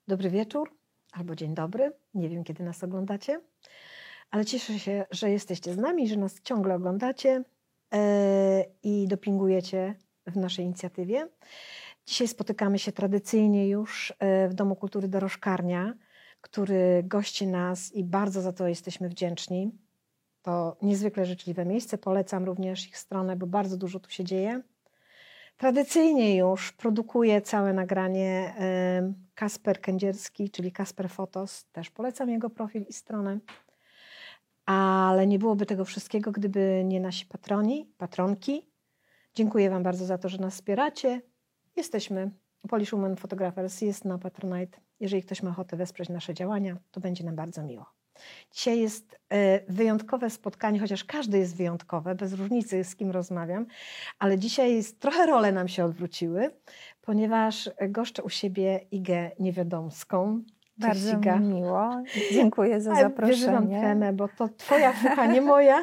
Dobry wieczór albo dzień dobry. Nie wiem, kiedy nas oglądacie, ale cieszę się, że jesteście z nami, że nas ciągle oglądacie i dopingujecie w naszej inicjatywie. Dzisiaj spotykamy się tradycyjnie już w Domu Kultury Dorożkarnia, który gości nas i bardzo za to jesteśmy wdzięczni. To niezwykle życzliwe miejsce. Polecam również ich stronę, bo bardzo dużo tu się dzieje. Tradycyjnie już produkuje całe nagranie Kasper Kędzierski, czyli Kasper Fotos. Też polecam jego profil i stronę. Ale nie byłoby tego wszystkiego, gdyby nie nasi patroni, patronki. Dziękuję Wam bardzo za to, że nas wspieracie. Jesteśmy. Polish Women Photographers jest na Patronite. Jeżeli ktoś ma ochotę wesprzeć nasze działania, to będzie nam bardzo miło. Dzisiaj jest wyjątkowe spotkanie, chociaż każde jest wyjątkowe, bez różnicy z kim rozmawiam, ale dzisiaj trochę role nam się odwróciły, ponieważ goszczę u siebie Igę Niewiadomską. Bardzo mi miło. Dziękuję za zaproszenie. Temę, bo to twoja fucha, nie moja.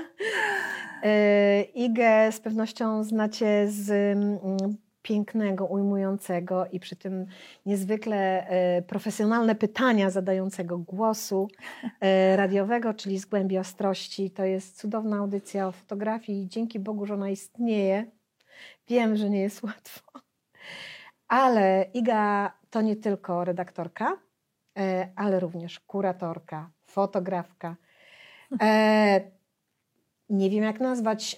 Igę z pewnością znacie z pięknego, ujmującego i przy tym niezwykle profesjonalne pytania zadającego głosu radiowego, czyli z głębi ostrości. To jest cudowna audycja o fotografii i dzięki Bogu, że ona istnieje. Wiem, że nie jest łatwo. Ale Iga to nie tylko redaktorka, ale również kuratorka, fotografka. Nie wiem, jak nazwać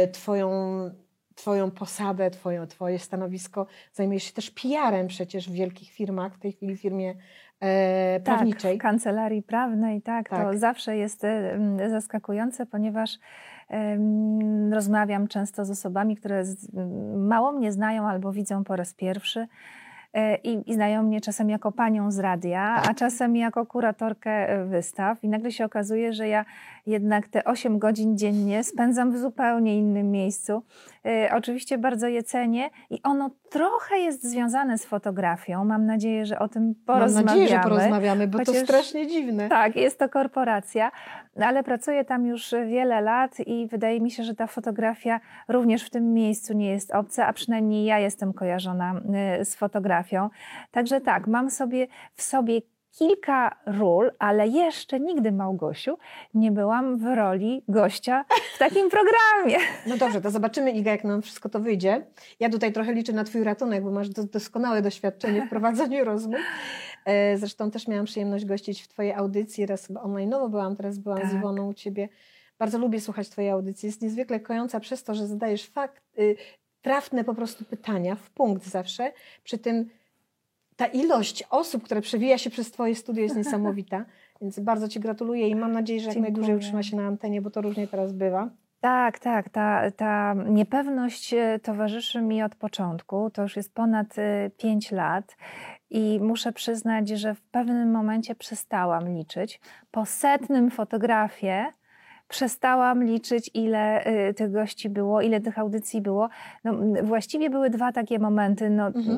twoją posadę, twoje stanowisko. Zajmujesz się też PR-em przecież w wielkich firmach, w tej chwili w firmie prawniczej. Tak, w kancelarii prawnej, tak. To zawsze jest zaskakujące, ponieważ rozmawiam często z osobami, które mało mnie znają albo widzą po raz pierwszy. I znają mnie czasem jako panią z radia, a czasem jako kuratorkę wystaw. I nagle się okazuje, że ja jednak te 8 godzin dziennie spędzam w zupełnie innym miejscu. Oczywiście bardzo je cenię i ono trochę jest związane z fotografią. Mam nadzieję, że o tym porozmawiamy. Mam nadzieję, że porozmawiamy, bo to strasznie dziwne. Tak, jest to korporacja, ale pracuję tam już wiele lat i wydaje mi się, że ta fotografia również w tym miejscu nie jest obca, a przynajmniej ja jestem kojarzona z fotografią. Także tak, mam w sobie kilka ról, ale jeszcze nigdy, Małgosiu, nie byłam w roli gościa w takim programie. No dobrze, to zobaczymy, Iga, jak nam wszystko to wyjdzie. Ja tutaj trochę liczę na twój ratunek, bo masz doskonałe doświadczenie w prowadzeniu rozmów. Zresztą też miałam przyjemność gościć w twojej audycji, raz chyba online'owo byłam, teraz byłam z Iwoną u ciebie. Bardzo lubię słuchać twojej audycji. Jest niezwykle kojąca przez to, że zadajesz trafne po prostu pytania, w punkt zawsze. Przy tym ta ilość osób, która przewija się przez twoje studio jest niesamowita, więc bardzo ci gratuluję i mam nadzieję, że jak najdłużej utrzyma się na antenie, bo to różnie teraz bywa. Tak. Ta niepewność towarzyszy mi od początku. To już jest ponad 5 lat i muszę przyznać, że w pewnym momencie przestałam liczyć. Po 100. fotografię przestałam liczyć, ile tych gości było, ile tych audycji było. No, właściwie były 2 takie momenty,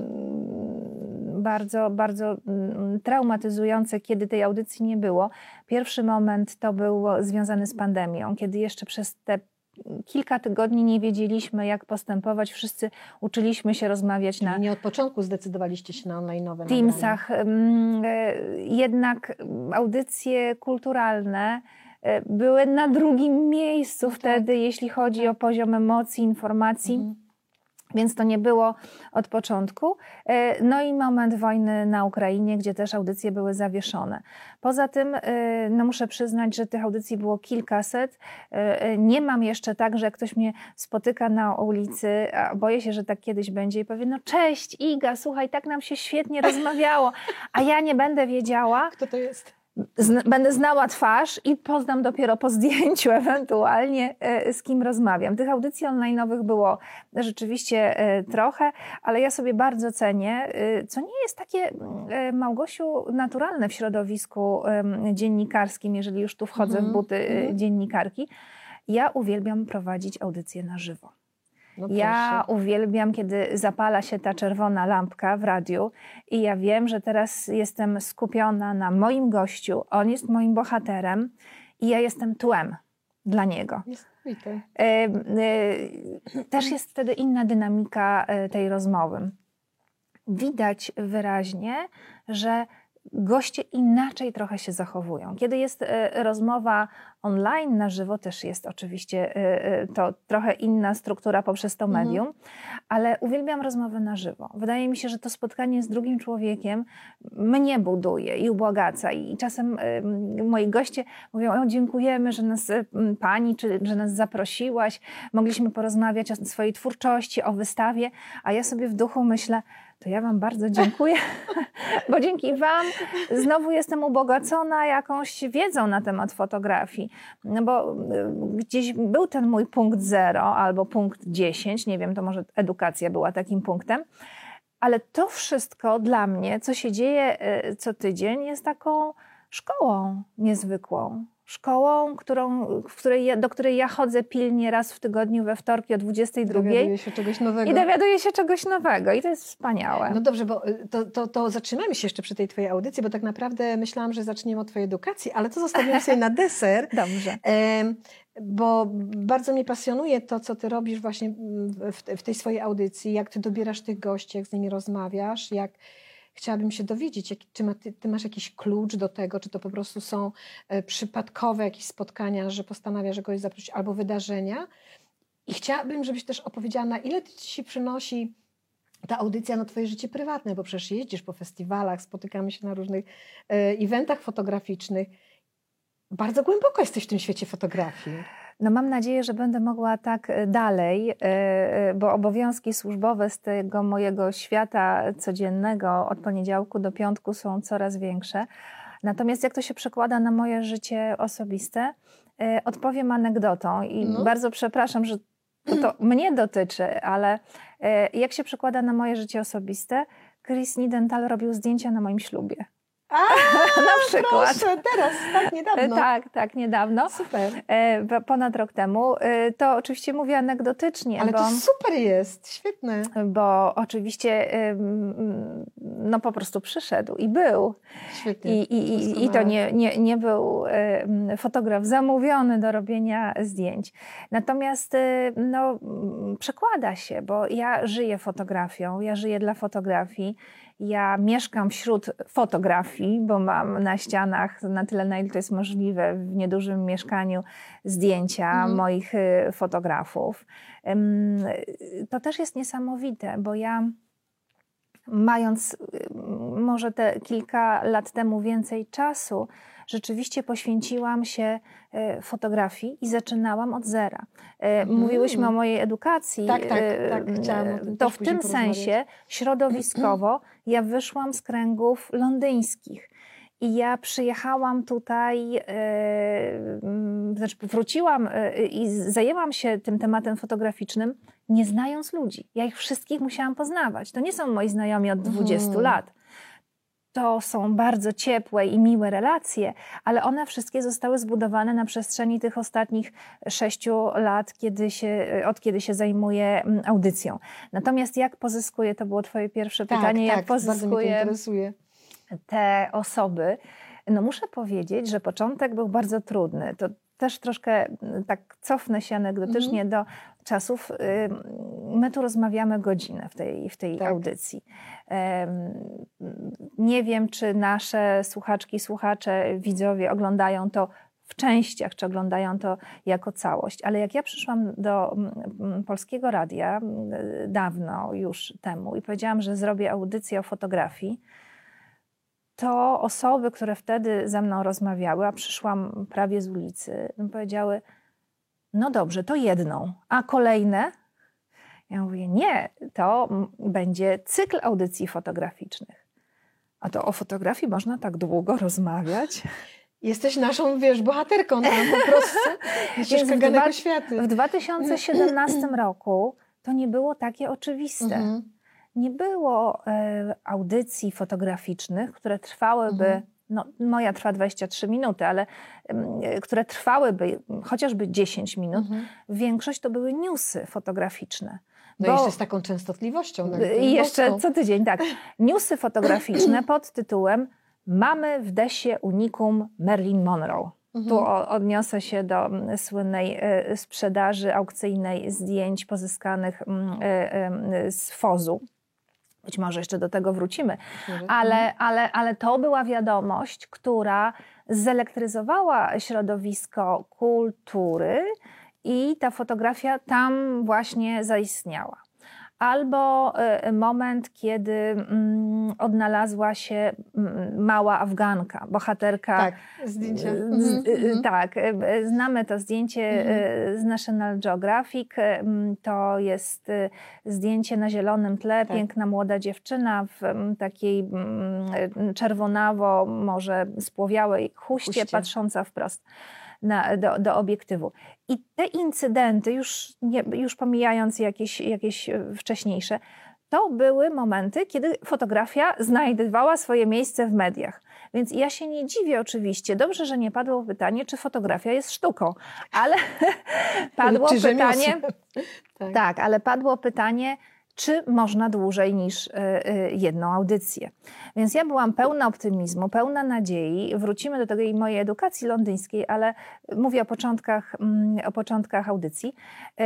bardzo traumatyzujące, kiedy tej audycji nie było. Pierwszy moment to był związany z pandemią, kiedy jeszcze przez te kilka tygodni nie wiedzieliśmy, jak postępować. Wszyscy uczyliśmy się rozmawiać na... Nie od początku zdecydowaliście się na online'owe Teamsach. Jednak audycje kulturalne były na drugim miejscu wtedy, jeśli chodzi o poziom emocji, informacji. Więc to nie było od początku. No i moment wojny na Ukrainie, gdzie też audycje były zawieszone. Poza tym muszę przyznać, że tych audycji było kilkaset. Nie mam jeszcze tak, że jak ktoś mnie spotyka na ulicy, a boję się, że tak kiedyś będzie i powie, no cześć Iga, słuchaj, tak nam się świetnie rozmawiało, a ja nie będę wiedziała. Kto to jest? Będę znała twarz i poznam dopiero po zdjęciu ewentualnie, z kim rozmawiam. Tych audycji online'owych było rzeczywiście trochę, ale ja sobie bardzo cenię, co nie jest takie, Małgosiu, naturalne w środowisku dziennikarskim, jeżeli już tu wchodzę w buty dziennikarki. Ja uwielbiam prowadzić audycje na żywo. No ja uwielbiam, kiedy zapala się ta czerwona lampka w radiu i ja wiem, że teraz jestem skupiona na moim gościu, on jest moim bohaterem i ja jestem tłem dla niego. Niesamowite. Też jest wtedy inna dynamika tej rozmowy. Widać wyraźnie, że goście inaczej trochę się zachowują. Kiedy jest rozmowa online, na żywo też jest oczywiście to trochę inna struktura poprzez to medium, ale uwielbiam rozmowy na żywo. Wydaje mi się, że to spotkanie z drugim człowiekiem mnie buduje i ubłagaca. I czasem moi goście mówią: o, dziękujemy, że nas pani, czy że nas zaprosiłaś, mogliśmy porozmawiać o swojej twórczości, o wystawie, a ja sobie w duchu myślę: to ja wam bardzo dziękuję, bo dzięki wam znowu jestem ubogacona jakąś wiedzą na temat fotografii. No bo gdzieś był ten mój punkt 0 albo punkt 10, nie wiem, to może edukacja była takim punktem, ale to wszystko dla mnie, co się dzieje co tydzień, jest taką szkołą niezwykłą. Szkołą, do której ja chodzę pilnie raz w tygodniu we wtorki o 22:00. Dowiaduję się czegoś nowego. I dowiaduję się czegoś nowego i to jest wspaniałe. No dobrze, bo to zatrzymamy się jeszcze przy tej twojej audycji, bo tak naprawdę myślałam, że zaczniemy od twojej edukacji, ale to zostawimy sobie na deser. Dobrze. Bo bardzo mnie pasjonuje to, co ty robisz właśnie w tej swojej audycji, jak ty dobierasz tych gości, jak z nimi rozmawiasz, jak... Chciałabym się dowiedzieć, czy ty masz jakiś klucz do tego, czy to po prostu są przypadkowe jakieś spotkania, że postanawiasz kogoś zaprosić, albo wydarzenia. I chciałabym, żebyś też opowiedziała, na ile ci przynosi ta audycja na twoje życie prywatne, bo przecież jeździsz po festiwalach, spotykamy się na różnych eventach fotograficznych. Bardzo głęboko jesteś w tym świecie fotografii. No mam nadzieję, że będę mogła tak dalej, bo obowiązki służbowe z tego mojego świata codziennego od poniedziałku do piątku są coraz większe. Natomiast jak to się przekłada na moje życie osobiste, odpowiem anegdotą i bardzo przepraszam, że to mnie dotyczy, ale jak się przekłada na moje życie osobiste, Chris Nidenthal robił zdjęcia na moim ślubie. Na przykład. Proszę, teraz, tak niedawno. Tak, niedawno. Super. Ponad rok temu. To oczywiście mówię anegdotycznie. Ale to super jest, świetne. Bo oczywiście no po prostu przyszedł i był. Świetnie. I to nie był fotograf zamówiony do robienia zdjęć. Natomiast no, przekłada się, bo ja żyję fotografią, ja żyję dla fotografii. Ja mieszkam wśród fotografii, bo mam na ścianach, na tyle, na ile to jest możliwe, w niedużym mieszkaniu zdjęcia moich fotografów. To też jest niesamowite, bo ja, mając może te kilka lat temu więcej czasu, rzeczywiście poświęciłam się fotografii i zaczynałam od zera. Mówiłyśmy o mojej edukacji. Tak, chciałam o tym to w tym sensie środowiskowo ja wyszłam z kręgów londyńskich. I ja przyjechałam tutaj, znaczy wróciłam i zajęłam się tym tematem fotograficznym, nie znając ludzi. Ja ich wszystkich musiałam poznawać. To nie są moi znajomi od 20 lat. To są bardzo ciepłe i miłe relacje, ale one wszystkie zostały zbudowane na przestrzeni tych ostatnich 6 lat, od kiedy się zajmuję audycją. Natomiast jak pozyskuję, to było twoje pierwsze pytanie, jak pozyskuję bardzo mnie to interesuje. Te osoby. No muszę powiedzieć, że początek był bardzo trudny. To też troszkę tak cofnę się anegdotycznie do czasów. My tu rozmawiamy godzinę w tej audycji. Nie wiem, czy nasze słuchaczki, słuchacze, widzowie oglądają to w częściach, czy oglądają to jako całość. Ale jak ja przyszłam do Polskiego Radia dawno już temu i powiedziałam, że zrobię audycję o fotografii, to osoby, które wtedy ze mną rozmawiały, a przyszłam prawie z ulicy, powiedziały: no dobrze, to jedną, a kolejne? Ja mówię: nie, to będzie cykl audycji fotograficznych. A to o fotografii można tak długo rozmawiać? Jesteś naszą, bohaterką tam po prostu. Jesteś kaganego świata. W 2017 roku to nie było takie oczywiste. Nie było audycji fotograficznych, które trwałyby, no moja trwa 23 minuty, ale które trwałyby chociażby 10 minut. Większość to były newsy fotograficzne. No jeszcze z taką częstotliwością. I jeszcze co tydzień, tak. Newsy fotograficzne pod tytułem "Mamy w desie unikum Marilyn Monroe". Tu odniosę się do słynnej sprzedaży aukcyjnej zdjęć pozyskanych z Fozu. Być może jeszcze do tego wrócimy, Może. ale to była wiadomość, która zelektryzowała środowisko kultury i ta fotografia tam właśnie zaistniała. Albo moment, kiedy odnalazła się mała Afganka, bohaterka. Tak, zdjęcia. Tak, znamy to zdjęcie z National Geographic. To jest zdjęcie na zielonym tle, Tak. piękna młoda dziewczyna w takiej czerwonawo, może spłowiałej chuście, patrząca wprost do obiektywu. I te incydenty, już pomijając jakieś wcześniejsze, to były momenty, kiedy fotografia znajdowała swoje miejsce w mediach. Więc ja się nie dziwię oczywiście. Dobrze, że nie padło pytanie, czy fotografia jest sztuką, ale padło czy pytanie. Tak, ale padło pytanie, czy można dłużej niż jedną audycję. Więc ja byłam pełna optymizmu, pełna nadziei. Wrócimy do tej mojej edukacji londyńskiej, ale mówię o początkach audycji.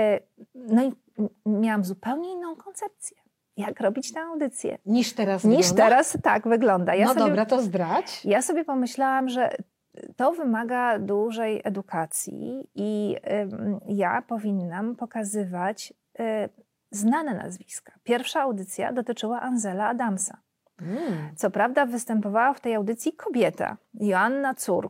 No i miałam zupełnie inną koncepcję, jak robić tę audycję. Niż teraz Tak wygląda. Dobra, to zdradź. Ja sobie pomyślałam, że to wymaga dużej edukacji i ja powinnam pokazywać znane nazwiska. Pierwsza audycja dotyczyła Ansela Adamsa. Co prawda występowała w tej audycji kobieta, Joanna Cur,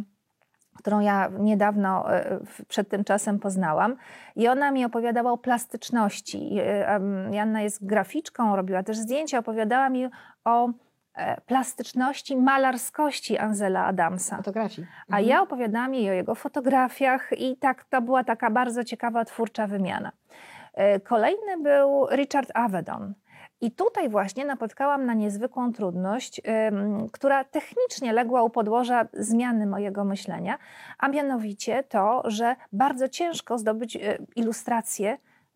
którą ja niedawno przed tym czasem poznałam i ona mi opowiadała o plastyczności. Joanna jest graficzką, robiła też zdjęcia, opowiadała mi o plastyczności, malarskości Ansela Adamsa. Fotografii. A ja opowiadałam jej o jego fotografiach i tak to była taka bardzo ciekawa, twórcza wymiana. Kolejny był Richard Avedon. I tutaj właśnie napotkałam na niezwykłą trudność, która technicznie legła u podłoża zmiany mojego myślenia, a mianowicie to, że bardzo ciężko zdobyć ilustrację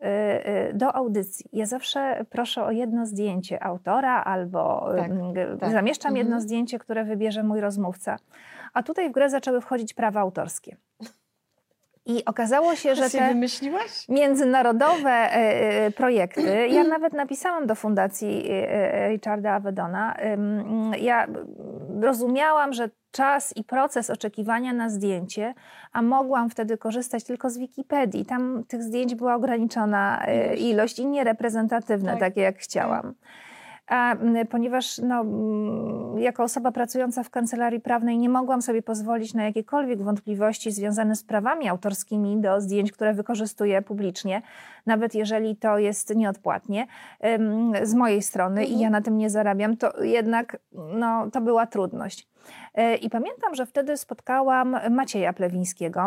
do audycji. Ja zawsze proszę o jedno zdjęcie autora albo zamieszczam jedno zdjęcie, które wybierze mój rozmówca. A tutaj w grę zaczęły wchodzić prawa autorskie. I okazało się, że te międzynarodowe projekty, ja nawet napisałam do Fundacji Richarda Avedona, ja rozumiałam, że czas i proces oczekiwania na zdjęcie, a mogłam wtedy korzystać tylko z Wikipedii. Tam tych zdjęć była ograniczona ilość i niereprezentatywne, takie jak chciałam. A ponieważ jako osoba pracująca w kancelarii prawnej nie mogłam sobie pozwolić na jakiekolwiek wątpliwości związane z prawami autorskimi do zdjęć, które wykorzystuję publicznie, nawet jeżeli to jest nieodpłatnie z mojej strony i ja na tym nie zarabiam, to jednak to była trudność. I pamiętam, że wtedy spotkałam Macieja Plewińskiego,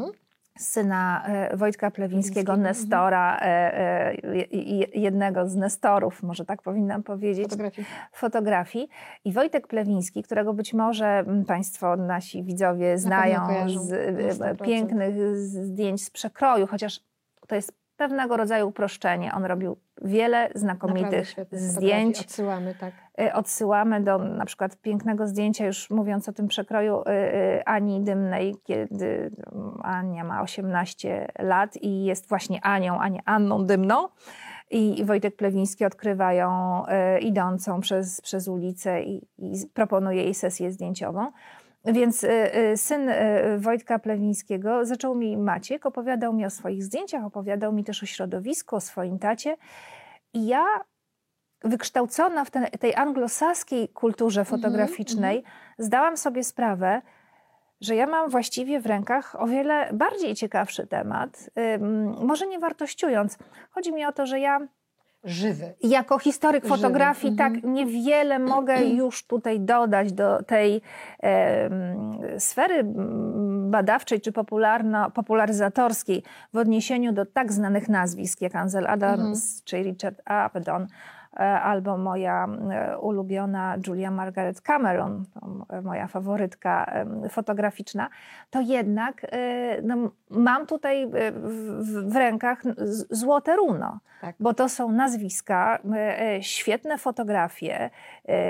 syna Wojtka Plewińskiego, nestora, jednego z nestorów, może tak powinnam powiedzieć, fotografii. I Wojtek Plewiński, którego być może Państwo, nasi widzowie znają z pięknych zdjęć z przekroju, chociaż to jest pewnego rodzaju uproszczenie. On robił wiele znakomitych zdjęć. Odsyłamy do na przykład pięknego zdjęcia, już mówiąc o tym przekroju Ani Dymnej, kiedy Ania ma 18 lat i jest właśnie Anią, a nie Anną Dymną. I Wojtek Plewiński odkrywa ją idącą przez ulicę i proponuje jej sesję zdjęciową. Więc syn Wojtka Plewińskiego, zaczął mi Maciek, opowiadał mi o swoich zdjęciach, opowiadał mi też o środowisku, o swoim tacie. I ja, wykształcona w tej anglosaskiej kulturze fotograficznej, zdałam sobie sprawę, że ja mam właściwie w rękach o wiele bardziej ciekawszy temat, może nie wartościując. Chodzi mi o to, że ja jako historyk fotografii tak niewiele mogę już tutaj dodać do tej sfery badawczej czy popularyzatorskiej w odniesieniu do tak znanych nazwisk jak Ansel Adams czy Richard Avedon, albo moja ulubiona Julia Margaret Cameron, moja faworytka fotograficzna, to jednak mam tutaj w rękach złote runo, bo to są nazwiska, świetne fotografie,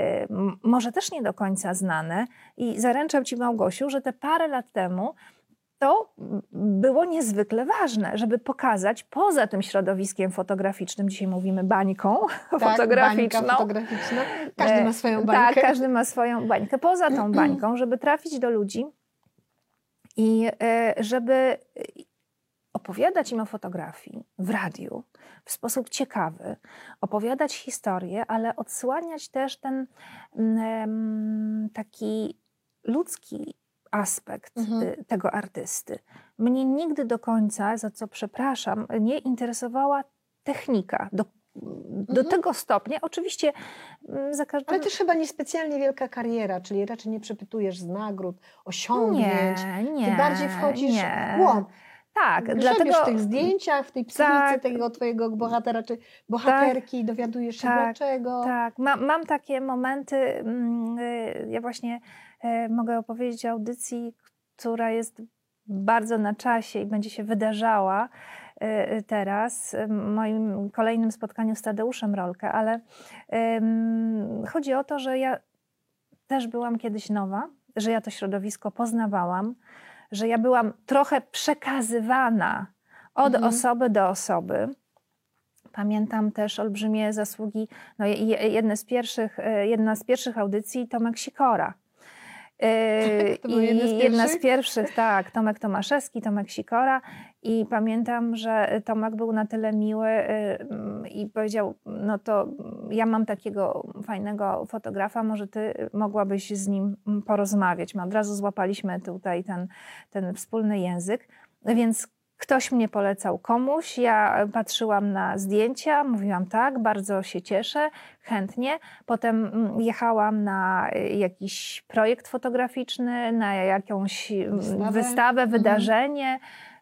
może też nie do końca znane i zaręczam Ci, Małgosiu, że te parę lat temu to było niezwykle ważne, żeby pokazać poza tym środowiskiem fotograficznym, dzisiaj mówimy bańką fotograficzną. Bańka fotograficzna. Każdy ma swoją bańkę. Tak, każdy ma swoją bańkę. Poza tą bańką, żeby trafić do ludzi i żeby opowiadać im o fotografii w radiu w sposób ciekawy, opowiadać historię, ale odsłaniać też ten taki ludzki aspekt tego artysty. Mnie nigdy do końca, za co przepraszam, nie interesowała technika. Do tego stopnia, oczywiście za każdym... Ale też chyba niespecjalnie wielka kariera, czyli raczej nie przepytujesz z nagród, osiągnięć. Nie, Ty bardziej wchodzisz w głąb. Tak, dlatego w tych zdjęciach, w tej psychice tego twojego bohatera czy bohaterki, dowiadujesz się dlaczego. Tak, mam takie momenty, ja właśnie mogę opowiedzieć o audycji, która jest bardzo na czasie i będzie się wydarzała teraz, w moim kolejnym spotkaniu z Tadeuszem Rolke, ale chodzi o to, że ja też byłam kiedyś nowa, że ja to środowisko poznawałam, że ja byłam trochę przekazywana od osoby do osoby. Pamiętam też olbrzymie zasługi, no jedna z pierwszych audycji Tomek Sikora. To był jedna z pierwszych, tak, Tomek Tomaszewski, Tomek Sikora i pamiętam, że Tomek był na tyle miły i powiedział, no to ja mam takiego fajnego fotografa, może ty mogłabyś z nim porozmawiać. My od razu złapaliśmy tutaj ten wspólny język, więc ktoś mnie polecał komuś, ja patrzyłam na zdjęcia, mówiłam tak, bardzo się cieszę, chętnie. Potem jechałam na jakiś projekt fotograficzny, na jakąś wystawę, wydarzenie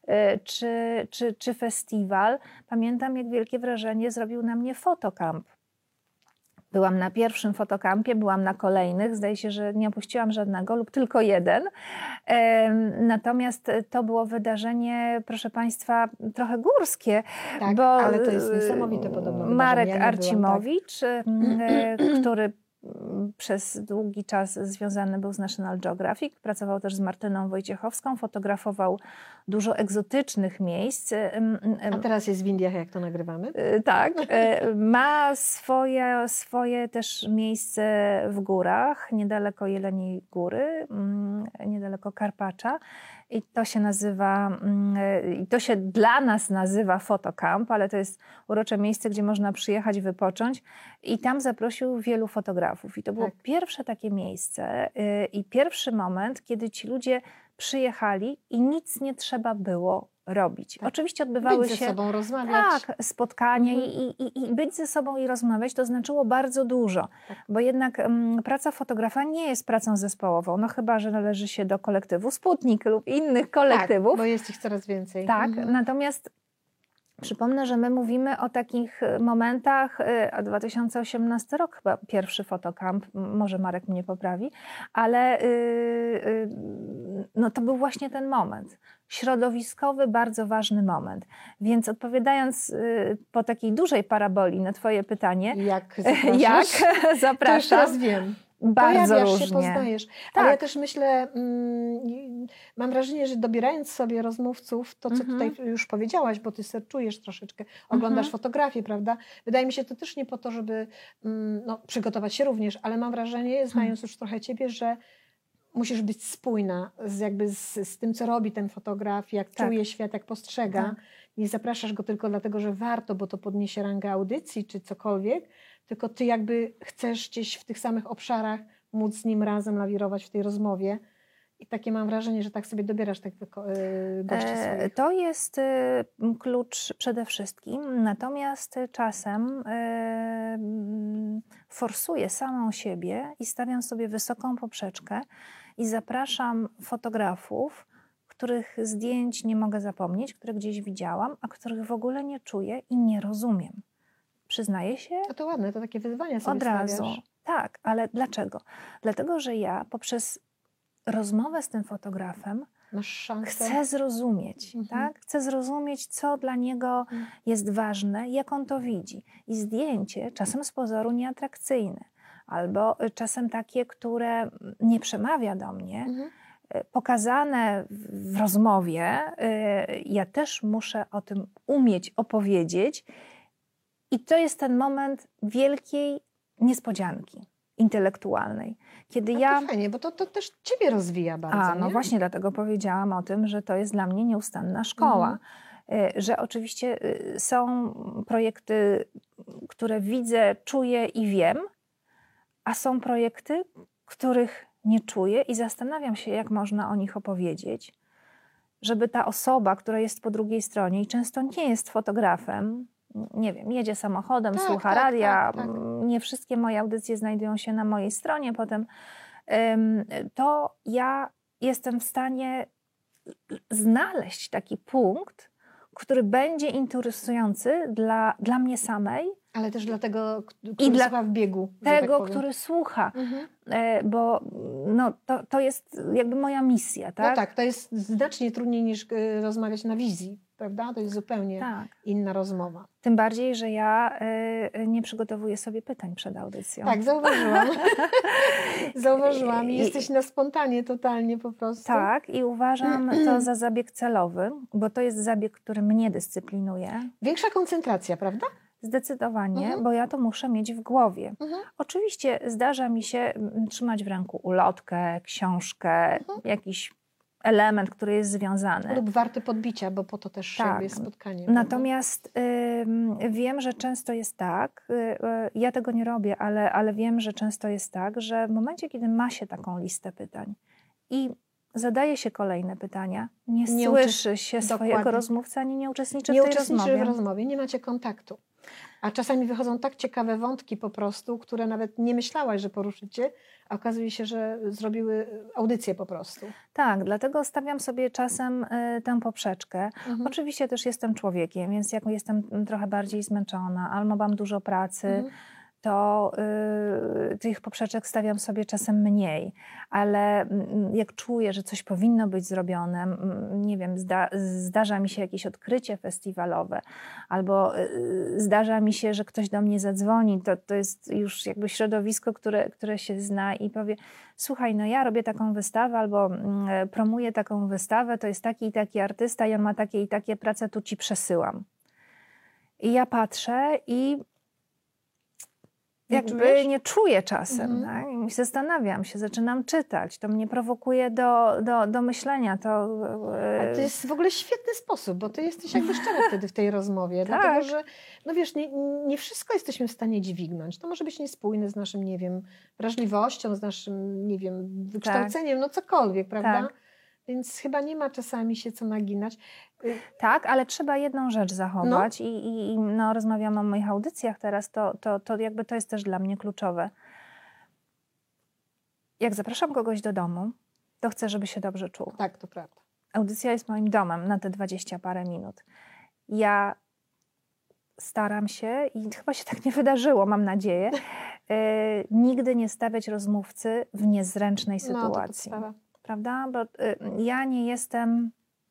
czy festiwal. Pamiętam, jak wielkie wrażenie zrobił na mnie fotocamp. Byłam na pierwszym fotokampie, byłam na kolejnych, zdaje się, że nie opuściłam żadnego lub tylko jeden. Natomiast to było wydarzenie, proszę Państwa, trochę górskie. Tak, bo ale to jest niesamowite podobno. Marek Ja Arcimowicz, który przez długi czas związany był z National Geographic, pracował też z Martyną Wojciechowską, fotografował dużo egzotycznych miejsc. A teraz jest w Indiach, jak to nagrywamy? Tak. Ma swoje też miejsce w górach, niedaleko Jeleniej Góry, niedaleko Karpacza. I to się nazywa, to się dla nas nazywa fotocamp, ale to jest urocze miejsce, gdzie można przyjechać, wypocząć. I tam zaprosił wielu fotografów. I to było pierwsze takie miejsce i pierwszy moment, kiedy ci ludzie przyjechali i nic nie trzeba było robić. Tak. Oczywiście odbywały być się ze sobą rozmawiać. spotkania i być ze sobą i rozmawiać to znaczyło bardzo dużo, bo jednak praca fotografa nie jest pracą zespołową, no chyba że należy się do kolektywu Sputnik lub innych kolektywów. Tak, bo jest ich coraz więcej. Tak, natomiast przypomnę, że my mówimy o takich momentach, a 2018 rok chyba pierwszy fotocamp, może Marek mnie poprawi, ale no to był właśnie ten moment. Środowiskowy, bardzo ważny moment. Więc odpowiadając po takiej dużej paraboli na twoje pytanie, jak zapraszam, to już teraz wiem. Bardzo Pojawiasz różnie. się, poznajesz. Ale ja też myślę, mam wrażenie, że dobierając sobie rozmówców, to co tutaj już powiedziałaś, bo ty serczujesz troszeczkę, oglądasz fotografię, prawda? Wydaje mi się to też nie po to, żeby przygotować się również, ale mam wrażenie, znając już trochę ciebie, że musisz być spójna z tym, co robi ten fotograf, jak czuje świat, jak postrzega. Tak. Nie zapraszasz go tylko dlatego, że warto, bo to podniesie rangę audycji czy cokolwiek, tylko ty chcesz gdzieś w tych samych obszarach móc z nim razem lawirować w tej rozmowie. I takie mam wrażenie, że tak sobie dobierasz tych gości swoich. To jest klucz przede wszystkim, natomiast czasem forsuję samą siebie i stawiam sobie wysoką poprzeczkę i zapraszam fotografów, których zdjęć nie mogę zapomnieć, które gdzieś widziałam, a których w ogóle nie czuję i nie rozumiem. Przyznaję się. A to ładne, to takie wyzwania sobie od razu. stawiasz. Tak, ale dlaczego? Dlatego, że ja poprzez rozmowę z tym fotografem masz szansę. Chcę zrozumieć, tak? Chcę zrozumieć, co dla niego jest ważne, jak on to widzi. I zdjęcie czasem z pozoru nieatrakcyjne, albo czasem takie, które nie przemawia do mnie, pokazane w rozmowie, ja też muszę o tym umieć opowiedzieć i to jest ten moment wielkiej niespodzianki intelektualnej. Kiedy ja... To fajnie, bo to też ciebie rozwija bardzo, no nie? właśnie dlatego powiedziałam o tym, że to jest dla mnie nieustanna szkoła. Że oczywiście są projekty, które widzę, czuję i wiem, a są projekty, których nie czuję i zastanawiam się, jak można o nich opowiedzieć, żeby ta osoba, która jest po drugiej stronie i często nie jest fotografem, nie wiem, jedzie samochodem, słucha radia, nie wszystkie moje audycje znajdują się na mojej stronie potem, to ja jestem w stanie znaleźć taki punkt, który będzie interesujący dla mnie samej. Ale też dla tego, który słucha w biegu. Tego, który słucha. Bo no, to jest jakby moja misja, tak? No tak, to jest znacznie trudniej niż rozmawiać na wizji, prawda? To jest zupełnie inna rozmowa. Tym bardziej, że ja nie przygotowuję sobie pytań przed audycją. Tak, zauważyłam. Zauważyłam. Jesteś na spontanie totalnie po prostu. Tak, i uważam to za zabieg celowy, bo to jest zabieg, który mnie dyscyplinuje. Większa koncentracja, prawda? Zdecydowanie, bo ja to muszę mieć w głowie. Oczywiście zdarza mi się trzymać w ręku ulotkę, książkę, jakiś element, który jest związany. Lub warty podbicia, bo po to też jest spotkanie. Natomiast wiem, że często jest tak, ja tego nie robię, ale wiem, że często jest tak, że w momencie, kiedy ma się taką listę pytań i zadaje się kolejne pytania, nie słyszy się swojego rozmówcy, ani nie uczestniczy w tej rozmowie. w rozmowie, nie macie kontaktu. A czasami wychodzą tak ciekawe wątki po prostu, które nawet nie myślałaś, że poruszycie, a okazuje się, że zrobiły audycję po prostu. Tak, dlatego stawiam sobie czasem tę poprzeczkę. Oczywiście też jestem człowiekiem, więc jak jestem trochę bardziej zmęczona albo mam dużo pracy, to tych poprzeczek stawiam sobie czasem mniej. Ale jak czuję, że coś powinno być zrobione, nie wiem, zdarza mi się jakieś odkrycie festiwalowe, albo zdarza mi się, że ktoś do mnie zadzwoni, to jest już jakby środowisko, które się zna i powie: słuchaj, no ja robię taką wystawę albo promuję taką wystawę, to jest taki i taki artysta i on ma takie i takie prace, tu ci przesyłam. I ja patrzę i jakby nie czuję czasem. Tak? I zastanawiam się, zaczynam czytać. To mnie prowokuje do myślenia. Ale to jest w ogóle świetny sposób, bo ty jesteś jakby szczera wtedy w tej rozmowie. Tak. Dlatego, że no wiesz, nie wszystko jesteśmy w stanie dźwignąć. To może być niespójne z naszym, nie wiem, wrażliwością, z naszym, nie wiem, wykształceniem, no cokolwiek, prawda? Tak. Więc chyba nie ma czasami się co naginać. Tak, ale trzeba jedną rzecz zachować i rozmawiam o moich audycjach teraz, to jakby to jest też dla mnie kluczowe. Jak zapraszam kogoś do domu, to chcę, żeby się dobrze czuł. Tak, to prawda. Audycja jest moim domem na te 20 parę minut. Ja staram się, i chyba się tak nie wydarzyło, mam nadzieję, nigdy nie stawiać rozmówcy w niezręcznej sytuacji. No, to prawda? Bo ja nie jestem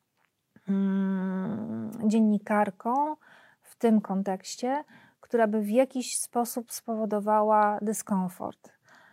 dziennikarką w tym kontekście, która by w jakiś sposób spowodowała dyskomfort.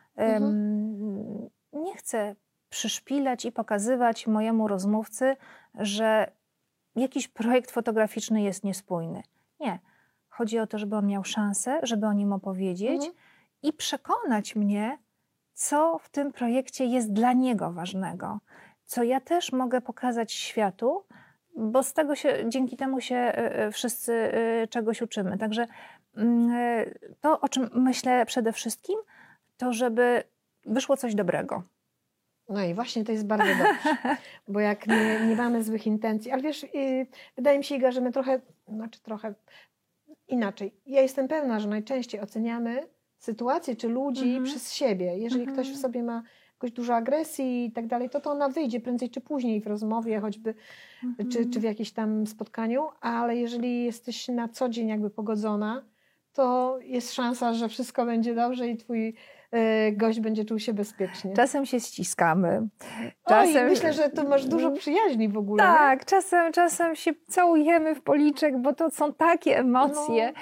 Nie chcę przyszpilać i pokazywać mojemu rozmówcy, że jakiś projekt fotograficzny jest niespójny. Nie. Chodzi o to, żeby on miał szansę, żeby o nim opowiedzieć i przekonać mnie, co w tym projekcie jest dla niego ważnego, co ja też mogę pokazać światu, bo z tego dzięki temu się wszyscy czegoś uczymy. Także to, o czym myślę przede wszystkim, to żeby wyszło coś dobrego. No i właśnie to jest bardzo dobrze, bo jak nie mamy złych intencji, ale wiesz, wydaje mi się, Iga, że my trochę inaczej. Ja jestem pewna, że najczęściej oceniamy sytuację czy ludzi przez siebie. Jeżeli ktoś w sobie ma jakoś dużo agresji i tak dalej, to ona wyjdzie prędzej czy później w rozmowie choćby, czy w jakimś tam spotkaniu, ale jeżeli jesteś na co dzień jakby pogodzona, to jest szansa, że wszystko będzie dobrze i twój gość będzie czuł się bezpiecznie. Czasem się ściskamy. Czasem... myślę, że tu masz dużo przyjaźni w ogóle. Tak, czasem się całujemy w policzek, bo to są takie emocje.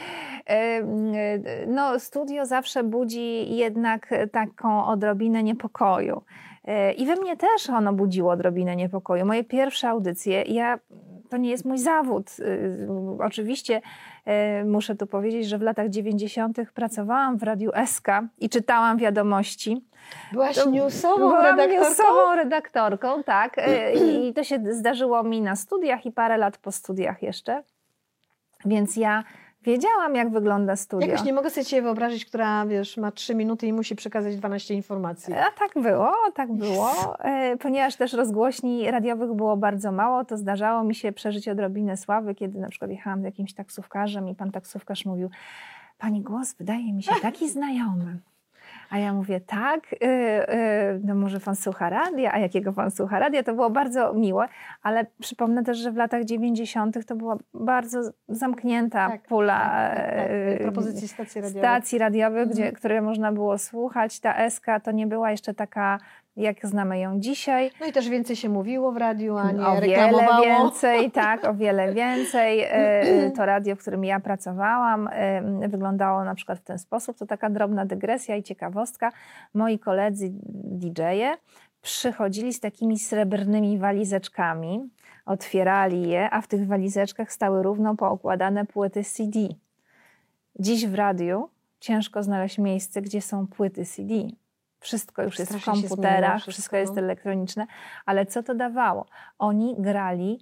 Studio zawsze budzi jednak taką odrobinę niepokoju. I we mnie też ono budziło odrobinę niepokoju. Moje pierwsze audycje, to nie jest mój zawód. Oczywiście muszę tu powiedzieć, że w latach 90. pracowałam w Radiu SK i czytałam wiadomości. Byłaś newsową Byłam redaktorką? newsową redaktorką, tak. I to się zdarzyło mi na studiach i parę lat po studiach jeszcze. Więc ja wiedziałam, jak wygląda studio. Jakoś nie mogę sobie ciebie wyobrazić, która, wiesz, ma 3 minuty i musi przekazać 12 informacji. A tak było, tak było. Ponieważ też rozgłośni radiowych było bardzo mało, to zdarzało mi się przeżyć odrobinę sławy, kiedy na przykład jechałam z jakimś taksówkarzem i pan taksówkarz mówił: pani głos wydaje mi się taki znajomy. A ja mówię: tak, no może pan słucha radia, a jakiego pan słucha radia? To było bardzo miłe, ale przypomnę też, że w latach 90. to była bardzo zamknięta pula propozycji stacji radiowych, które można było słuchać. Ta SK to nie była jeszcze taka, jak znamy ją dzisiaj. No i też więcej się mówiło w radiu, a nie o reklamowało. wiele więcej, tak, o wiele więcej. To radio, w którym ja pracowałam, wyglądało na przykład w ten sposób. To taka drobna dygresja i ciekawostka. Moi koledzy DJ-e przychodzili z takimi srebrnymi walizeczkami, otwierali je, a w tych walizeczkach stały równo poukładane płyty CD. Dziś w radiu ciężko znaleźć miejsce, gdzie są płyty CD. Wszystko już jest w komputerach, wszystko jest elektroniczne, ale co to dawało? Oni grali,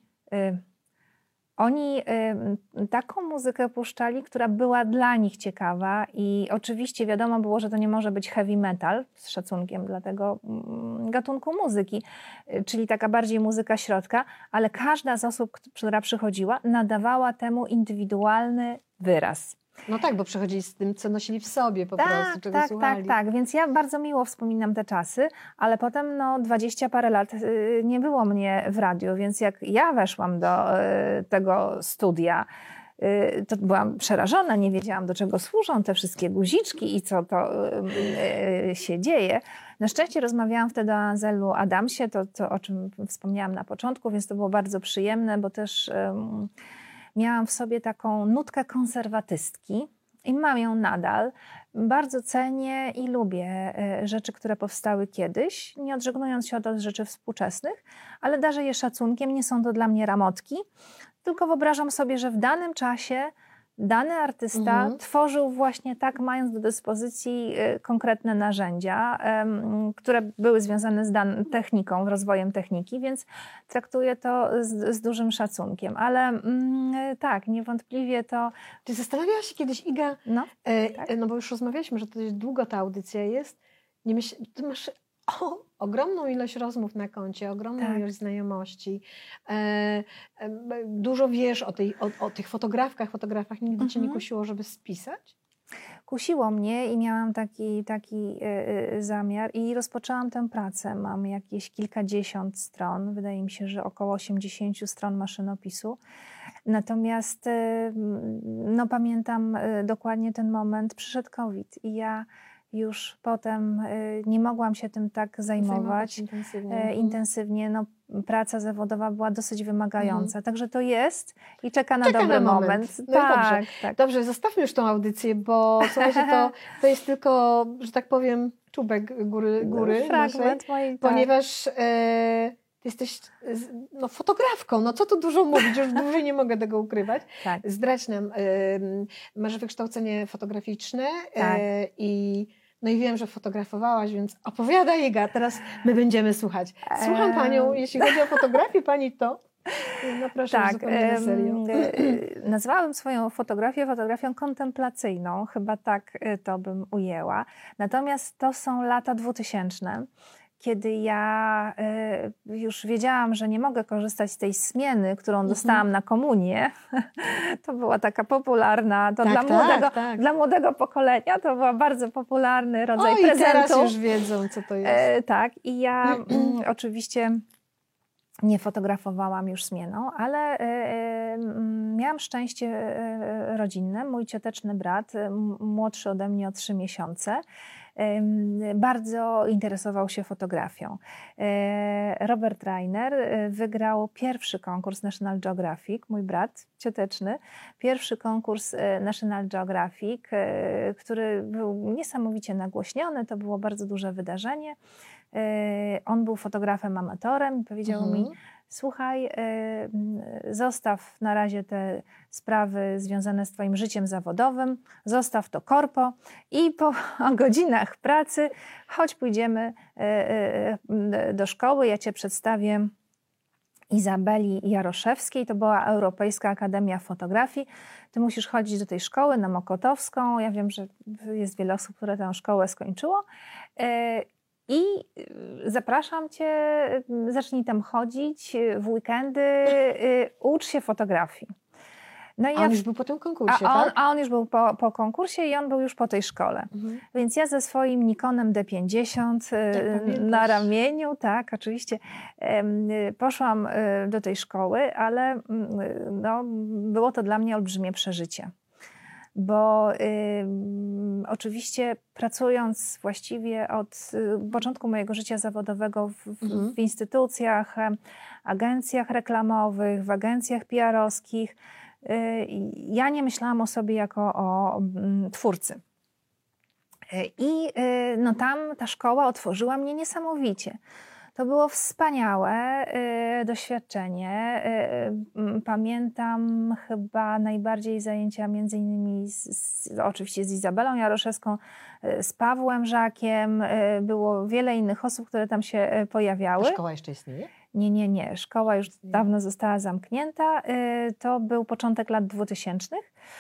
taką muzykę puszczali, która była dla nich ciekawa i oczywiście wiadomo było, że to nie może być heavy metal, z szacunkiem dla tego gatunku muzyki, czyli taka bardziej muzyka środka, ale każda z osób, która przychodziła, nadawała temu indywidualny wyraz. No tak, bo przychodzili z tym, co nosili w sobie po prostu, czego słuchali. Tak, więc ja bardzo miło wspominam te czasy, ale potem 20 parę lat nie było mnie w radiu, więc jak ja weszłam do tego studia, to byłam przerażona, nie wiedziałam, do czego służą te wszystkie guziczki i co to się dzieje. Na szczęście rozmawiałam wtedy o Anzelu Adamsie, to o czym wspomniałam na początku, więc to było bardzo przyjemne, bo też miałam w sobie taką nutkę konserwatystki i mam ją nadal. Bardzo cenię i lubię rzeczy, które powstały kiedyś, nie odżegnując się od rzeczy współczesnych, ale darzę je szacunkiem, nie są to dla mnie ramotki, tylko wyobrażam sobie, że w danym czasie dany artysta tworzył właśnie tak, mając do dyspozycji konkretne narzędzia, które były związane z techniką, rozwojem techniki, więc traktuję to z dużym szacunkiem. Ale tak, niewątpliwie to... Czy zastanawiałaś się kiedyś, Iga, tak? No bo już rozmawialiśmy, że to dość długo ta audycja jest, ty masz ogromną ilość rozmów na koncie, ogromną ilość znajomości. Dużo wiesz o tych fotografach. Nigdy cię nie kusiło, żeby spisać? Kusiło mnie i miałam taki zamiar i rozpoczęłam tę pracę. Mam jakieś kilkadziesiąt stron, wydaje mi się, że około 80 stron maszynopisu. Natomiast pamiętam dokładnie ten moment, przyszedł COVID i ja już potem nie mogłam się tym tak zajmować intensywnie. Praca zawodowa była dosyć wymagająca. Także to jest i czeka na dobry moment. No tak, dobrze, zostawmy już tą audycję, bo słuchajcie, to jest tylko, że tak powiem, czubek góry fragment mojej, ponieważ ty jesteś fotografką, co tu dużo mówić, już dłużej nie mogę tego ukrywać. Tak. Zdradź nam, masz wykształcenie fotograficzne i wiem, że fotografowałaś, więc opowiadaj, Iga, teraz my będziemy słuchać. Słucham panią, jeśli chodzi o fotografię, pani to... No proszę, zupełnie na serio. Nazwałabym swoją fotografią kontemplacyjną, chyba tak to bym ujęła. Natomiast to są lata 2000, kiedy ja już wiedziałam, że nie mogę korzystać z tej smieny, którą dostałam na komunię. To była taka popularna, dla młodego pokolenia to był bardzo popularny rodzaj prezentu. I teraz już wiedzą, co to jest. Tak, i ja oczywiście nie fotografowałam już zmieną, ale miałam szczęście rodzinne. Mój cioteczny brat, młodszy ode mnie o 3 miesiące, bardzo interesował się fotografią. Robert Reiner wygrał pierwszy konkurs National Geographic, mój brat cioteczny, pierwszy konkurs National Geographic, który był niesamowicie nagłośniony, to było bardzo duże wydarzenie. On był fotografem amatorem i powiedział mi, słuchaj, zostaw na razie te sprawy związane z twoim życiem zawodowym, zostaw to korpo i po godzinach pracy chodź pójdziemy do szkoły, ja cię przedstawię Izabeli Jaroszewskiej, to była Europejska Akademia Fotografii. Ty musisz chodzić do tej szkoły na Mokotowską. Ja wiem, że jest wiele osób, które tę szkołę skończyło. I zapraszam cię, zacznij tam chodzić w weekendy, ucz się fotografii. No i on już był po tym konkursie, tak? A on już był po konkursie i on był już po tej szkole. Więc ja ze swoim Nikonem D50 na ramieniu, tak, oczywiście, poszłam do tej szkoły, ale no, było to dla mnie olbrzymie przeżycie. Bo oczywiście pracując właściwie od początku mojego życia zawodowego w instytucjach, agencjach reklamowych, w agencjach PR-owskich, ja nie myślałam o sobie jako o twórcy. I no tam ta szkoła otworzyła mnie niesamowicie. To było wspaniałe doświadczenie. Pamiętam chyba najbardziej zajęcia między innymi oczywiście z Izabelą Jaroszewską, z Pawłem Żakiem. Było wiele innych osób, które tam się pojawiały. A szkoła jeszcze istnieje? Nie. Szkoła już dawno została zamknięta. To był początek lat 2000.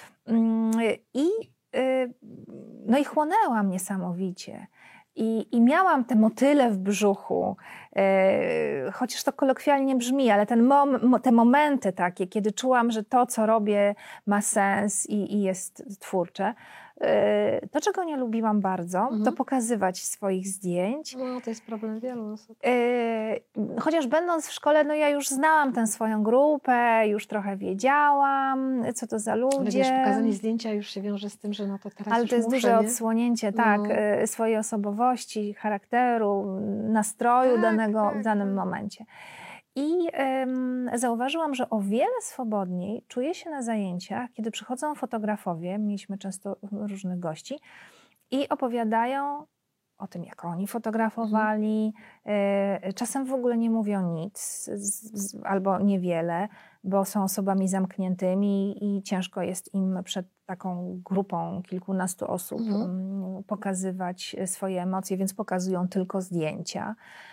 No i chłonęłam niesamowicie. I miałam te motyle w brzuchu, chociaż to kolokwialnie brzmi, ale te momenty takie, kiedy czułam, że to, co robię, ma sens i jest twórcze. To, czego nie lubiłam bardzo, to pokazywać swoich zdjęć. No, to jest problem wielu osób. Chociaż będąc w szkole, no ja już znałam tę swoją grupę, już trochę wiedziałam, co to za ludzie. Ale wiesz, pokazanie zdjęcia już się wiąże z tym, że no to teraz ale już to jest muszę, duże nie? odsłonięcie, tak, swojej osobowości, charakteru, nastroju danego w danym momencie. I zauważyłam, że o wiele swobodniej czuję się na zajęciach, kiedy przychodzą fotografowie, mieliśmy często różnych gości, i opowiadają o tym, jak oni fotografowali. Czasem w ogóle nie mówią nic albo niewiele, bo są osobami zamkniętymi i ciężko jest im przed taką grupą kilkunastu osób pokazywać swoje emocje, więc pokazują tylko zdjęcia.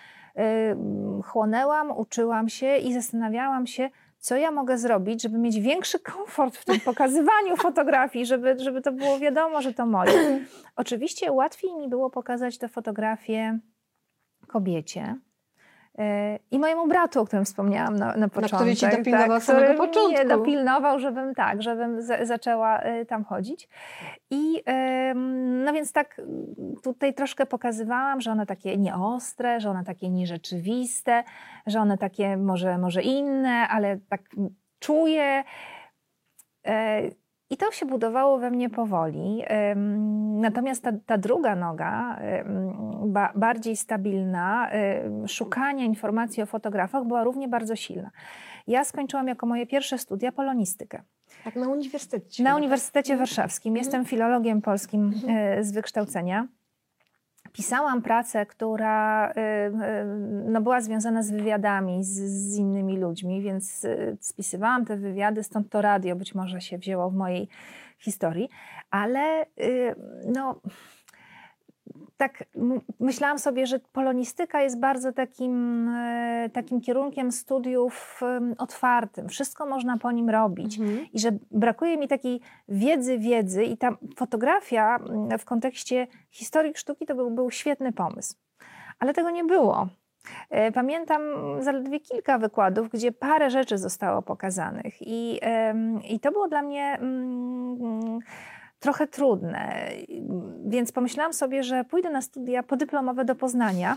Chłonęłam, uczyłam się i zastanawiałam się, co ja mogę zrobić, żeby mieć większy komfort w tym pokazywaniu fotografii, żeby to było wiadomo, że to moje. Oczywiście łatwiej mi było pokazać tę fotografię kobiecie i mojemu bratu, o którym wspomniałam na początku. Który ci dopilnował od samego początku. Mnie dopilnował, żebym zaczęła tam chodzić. I no więc tak tutaj troszkę pokazywałam, że one takie nieostre, że one takie nierzeczywiste, że one takie może inne, ale tak czuję. I to się budowało we mnie powoli. Natomiast ta druga noga, bardziej stabilna, szukania informacji o fotografach była równie bardzo silna. Ja skończyłam jako moje pierwsze studia polonistykę. Tak, na uniwersytecie. Na Uniwersytecie Warszawskim. Jestem filologiem polskim z wykształcenia. Pisałam pracę, która no, była związana z wywiadami z innymi ludźmi, więc spisywałam te wywiady, stąd to radio być może się wzięło w mojej historii, ale no, tak myślałam sobie, że polonistyka jest bardzo takim kierunkiem studiów otwartym. Wszystko można po nim robić. I że brakuje mi takiej wiedzy i ta fotografia w kontekście historii sztuki to był świetny pomysł. Ale tego nie było. Pamiętam zaledwie kilka wykładów, gdzie parę rzeczy zostało pokazanych i to było dla mnie trochę trudne, więc pomyślałam sobie, że pójdę na studia podyplomowe do Poznania,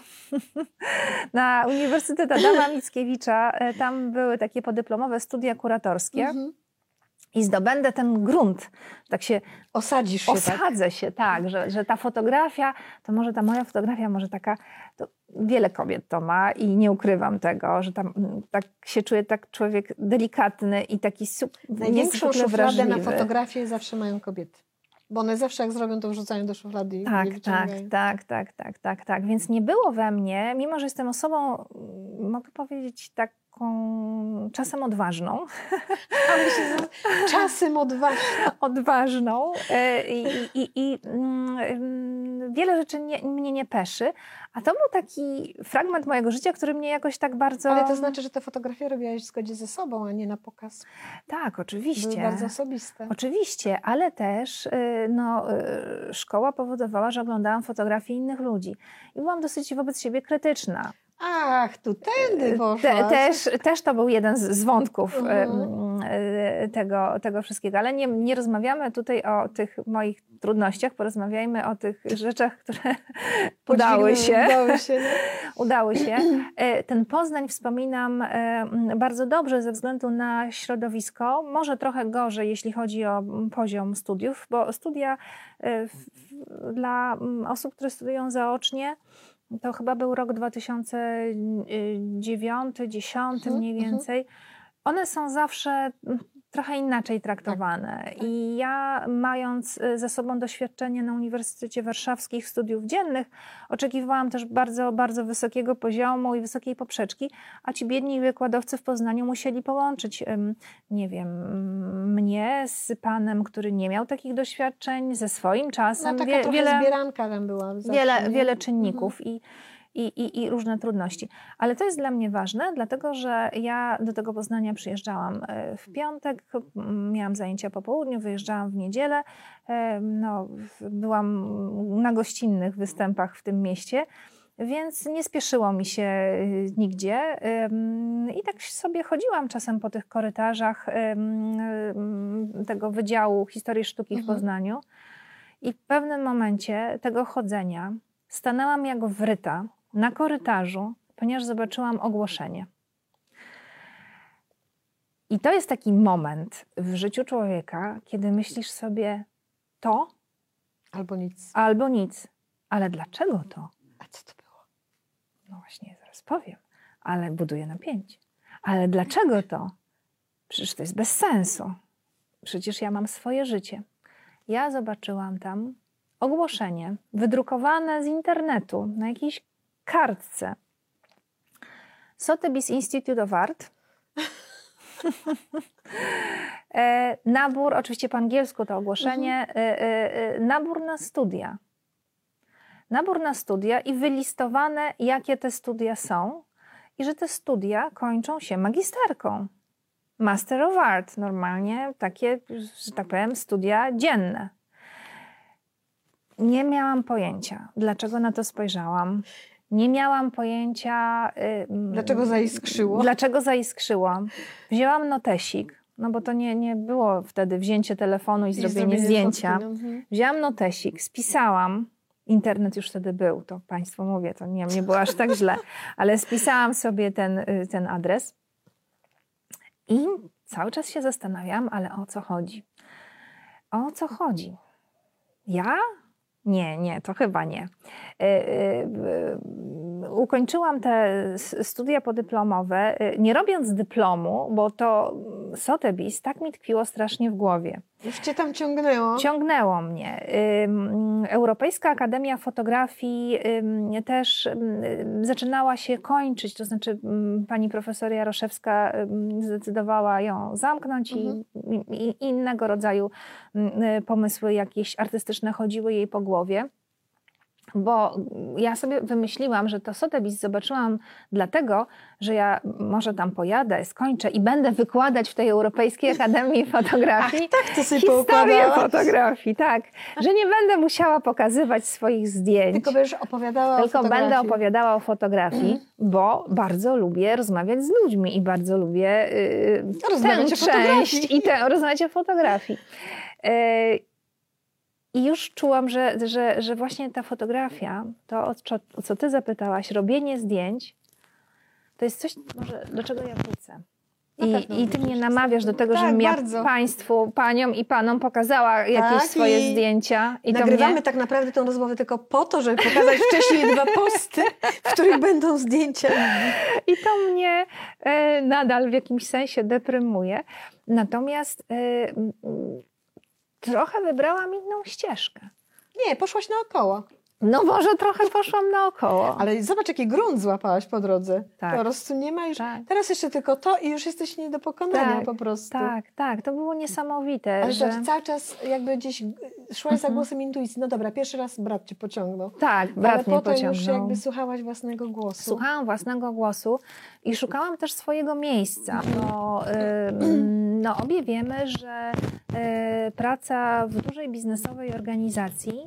na Uniwersytet Adama Mickiewicza. Tam były takie podyplomowe studia kuratorskie i zdobędę ten grunt. Tak się osadzę się, tak, że ta fotografia, to może ta moja fotografia, może taka, to wiele kobiet to ma i nie ukrywam tego, że tam tak się czuje tak człowiek delikatny i taki Największą szufladę wrażliwy. na fotografię zawsze mają kobiety. Bo one zawsze jak zrobią, to wrzucają do szuflady i nie Tak, wyciągają. tak. Więc nie było we mnie, mimo że jestem osobą, mogę powiedzieć, taką czasem odważną. Ale się czasem odważną i wiele rzeczy mnie nie peszy. A to był taki fragment mojego życia, który mnie jakoś tak bardzo... Ale to znaczy, że te fotografie robiłaś w zgodzie ze sobą, a nie na pokaz. Tak, oczywiście. Były bardzo osobiste. Oczywiście, ale też szkoła powodowała, że oglądałam fotografie innych ludzi. I byłam dosyć wobec siebie krytyczna. Ach, tu tędy poszłaś. Też to był jeden z wątków tego wszystkiego, ale nie rozmawiamy tutaj o tych moich trudnościach, porozmawiajmy o tych rzeczach, które udały się. Udały się. Ten Poznań wspominam bardzo dobrze ze względu na środowisko, może trochę gorzej, jeśli chodzi o poziom studiów, bo studia dla osób, które studiują zaocznie, to chyba był rok 2009-2010 mniej więcej. One są zawsze trochę inaczej traktowane. Tak. I ja, mając za sobą doświadczenie na Uniwersytecie Warszawskim studiów dziennych, oczekiwałam też bardzo, bardzo wysokiego poziomu i wysokiej poprzeczki, a ci biedni wykładowcy w Poznaniu musieli połączyć, nie wiem, mnie z panem, który nie miał takich doświadczeń, ze swoim czasem. No taka trochę zbieranka tam była. Wiele czynników i różne trudności. Ale to jest dla mnie ważne, dlatego że ja do tego Poznania przyjeżdżałam w piątek, miałam zajęcia po południu, wyjeżdżałam w niedzielę, byłam na gościnnych występach w tym mieście, więc nie spieszyło mi się nigdzie i tak sobie chodziłam czasem po tych korytarzach tego Wydziału Historii Sztuki w Poznaniu i w pewnym momencie tego chodzenia stanęłam jak wryta na korytarzu, ponieważ zobaczyłam ogłoszenie. I to jest taki moment w życiu człowieka, kiedy myślisz sobie to albo nic. Ale dlaczego to? A co to było? No właśnie, zaraz powiem. Ale buduję napięcie. Ale dlaczego to? Przecież to jest bez sensu. Przecież ja mam swoje życie. Ja zobaczyłam tam ogłoszenie wydrukowane z internetu na jakiejś kartce. Sotheby's Institute of Art. Nabór, oczywiście po angielsku to ogłoszenie, nabór na studia. Nabór na studia i wylistowane, jakie te studia są i że te studia kończą się magisterką. Master of Art, normalnie takie, że tak powiem, studia dzienne. Nie miałam pojęcia, dlaczego na to spojrzałam. Nie miałam pojęcia... Dlaczego zaiskrzyłam. Wzięłam notesik, no bo to nie było wtedy wzięcie telefonu i zrobienie zdjęcia. Wzięłam notesik, spisałam. Internet już wtedy był, to Państwu mówię, to nie było aż tak źle. Ale spisałam sobie ten adres i cały czas się zastanawiam, ale o co chodzi? O co chodzi? Ja? Nie, to chyba nie. Ukończyłam te studia podyplomowe, nie robiąc dyplomu, bo to Sotheby's tak mi tkwiło strasznie w głowie. Już cię tam ciągnęło? Ciągnęło mnie. Europejska Akademia Fotografii też zaczynała się kończyć, to znaczy pani profesor Jaroszewska zdecydowała ją zamknąć i innego rodzaju pomysły jakieś artystyczne chodziły jej po głowie. Bo ja sobie wymyśliłam, że to Sotheby's zobaczyłam dlatego, że ja może tam pojadę, skończę i będę wykładać w tej Europejskiej Akademii Fotografii. Ach, tak to sobie historię fotografii, tak. Że nie będę musiała pokazywać swoich zdjęć. Tylko będziesz opowiadała o fotografii. Będę opowiadała o fotografii, bo bardzo lubię rozmawiać z ludźmi i bardzo lubię rozmawiać o fotografii. I już czułam, że właśnie ta fotografia, to o co ty zapytałaś, robienie zdjęć, to jest coś, może, do czego ja wrócę. I ty mnie namawiasz do tego, żebym ja Państwu, paniom i panom pokazała jakieś swoje zdjęcia. I nagrywamy tak naprawdę tę rozmowę tylko po to, żeby pokazać wcześniej 2 posty, w których będą zdjęcia. I to mnie nadal w jakimś sensie deprymuje. Natomiast trochę wybrałam inną ścieżkę. Nie, poszłaś naokoło. No może trochę poszłam naokoło. Ale zobacz, jaki grunt złapałaś po drodze. Tak. Po prostu nie ma już... Tak. Teraz jeszcze tylko to i już jesteś nie do pokonania po prostu. Tak. To było niesamowite. Ale że... cały czas jakby gdzieś szłaś za głosem intuicji. No dobra, pierwszy raz brat cię pociągnął. Tak, Ale brat mnie potem pociągnął. już jakby słuchałaś własnego głosu. Słuchałam własnego głosu i szukałam też swojego miejsca, bo no, obie wiemy, że praca w dużej biznesowej organizacji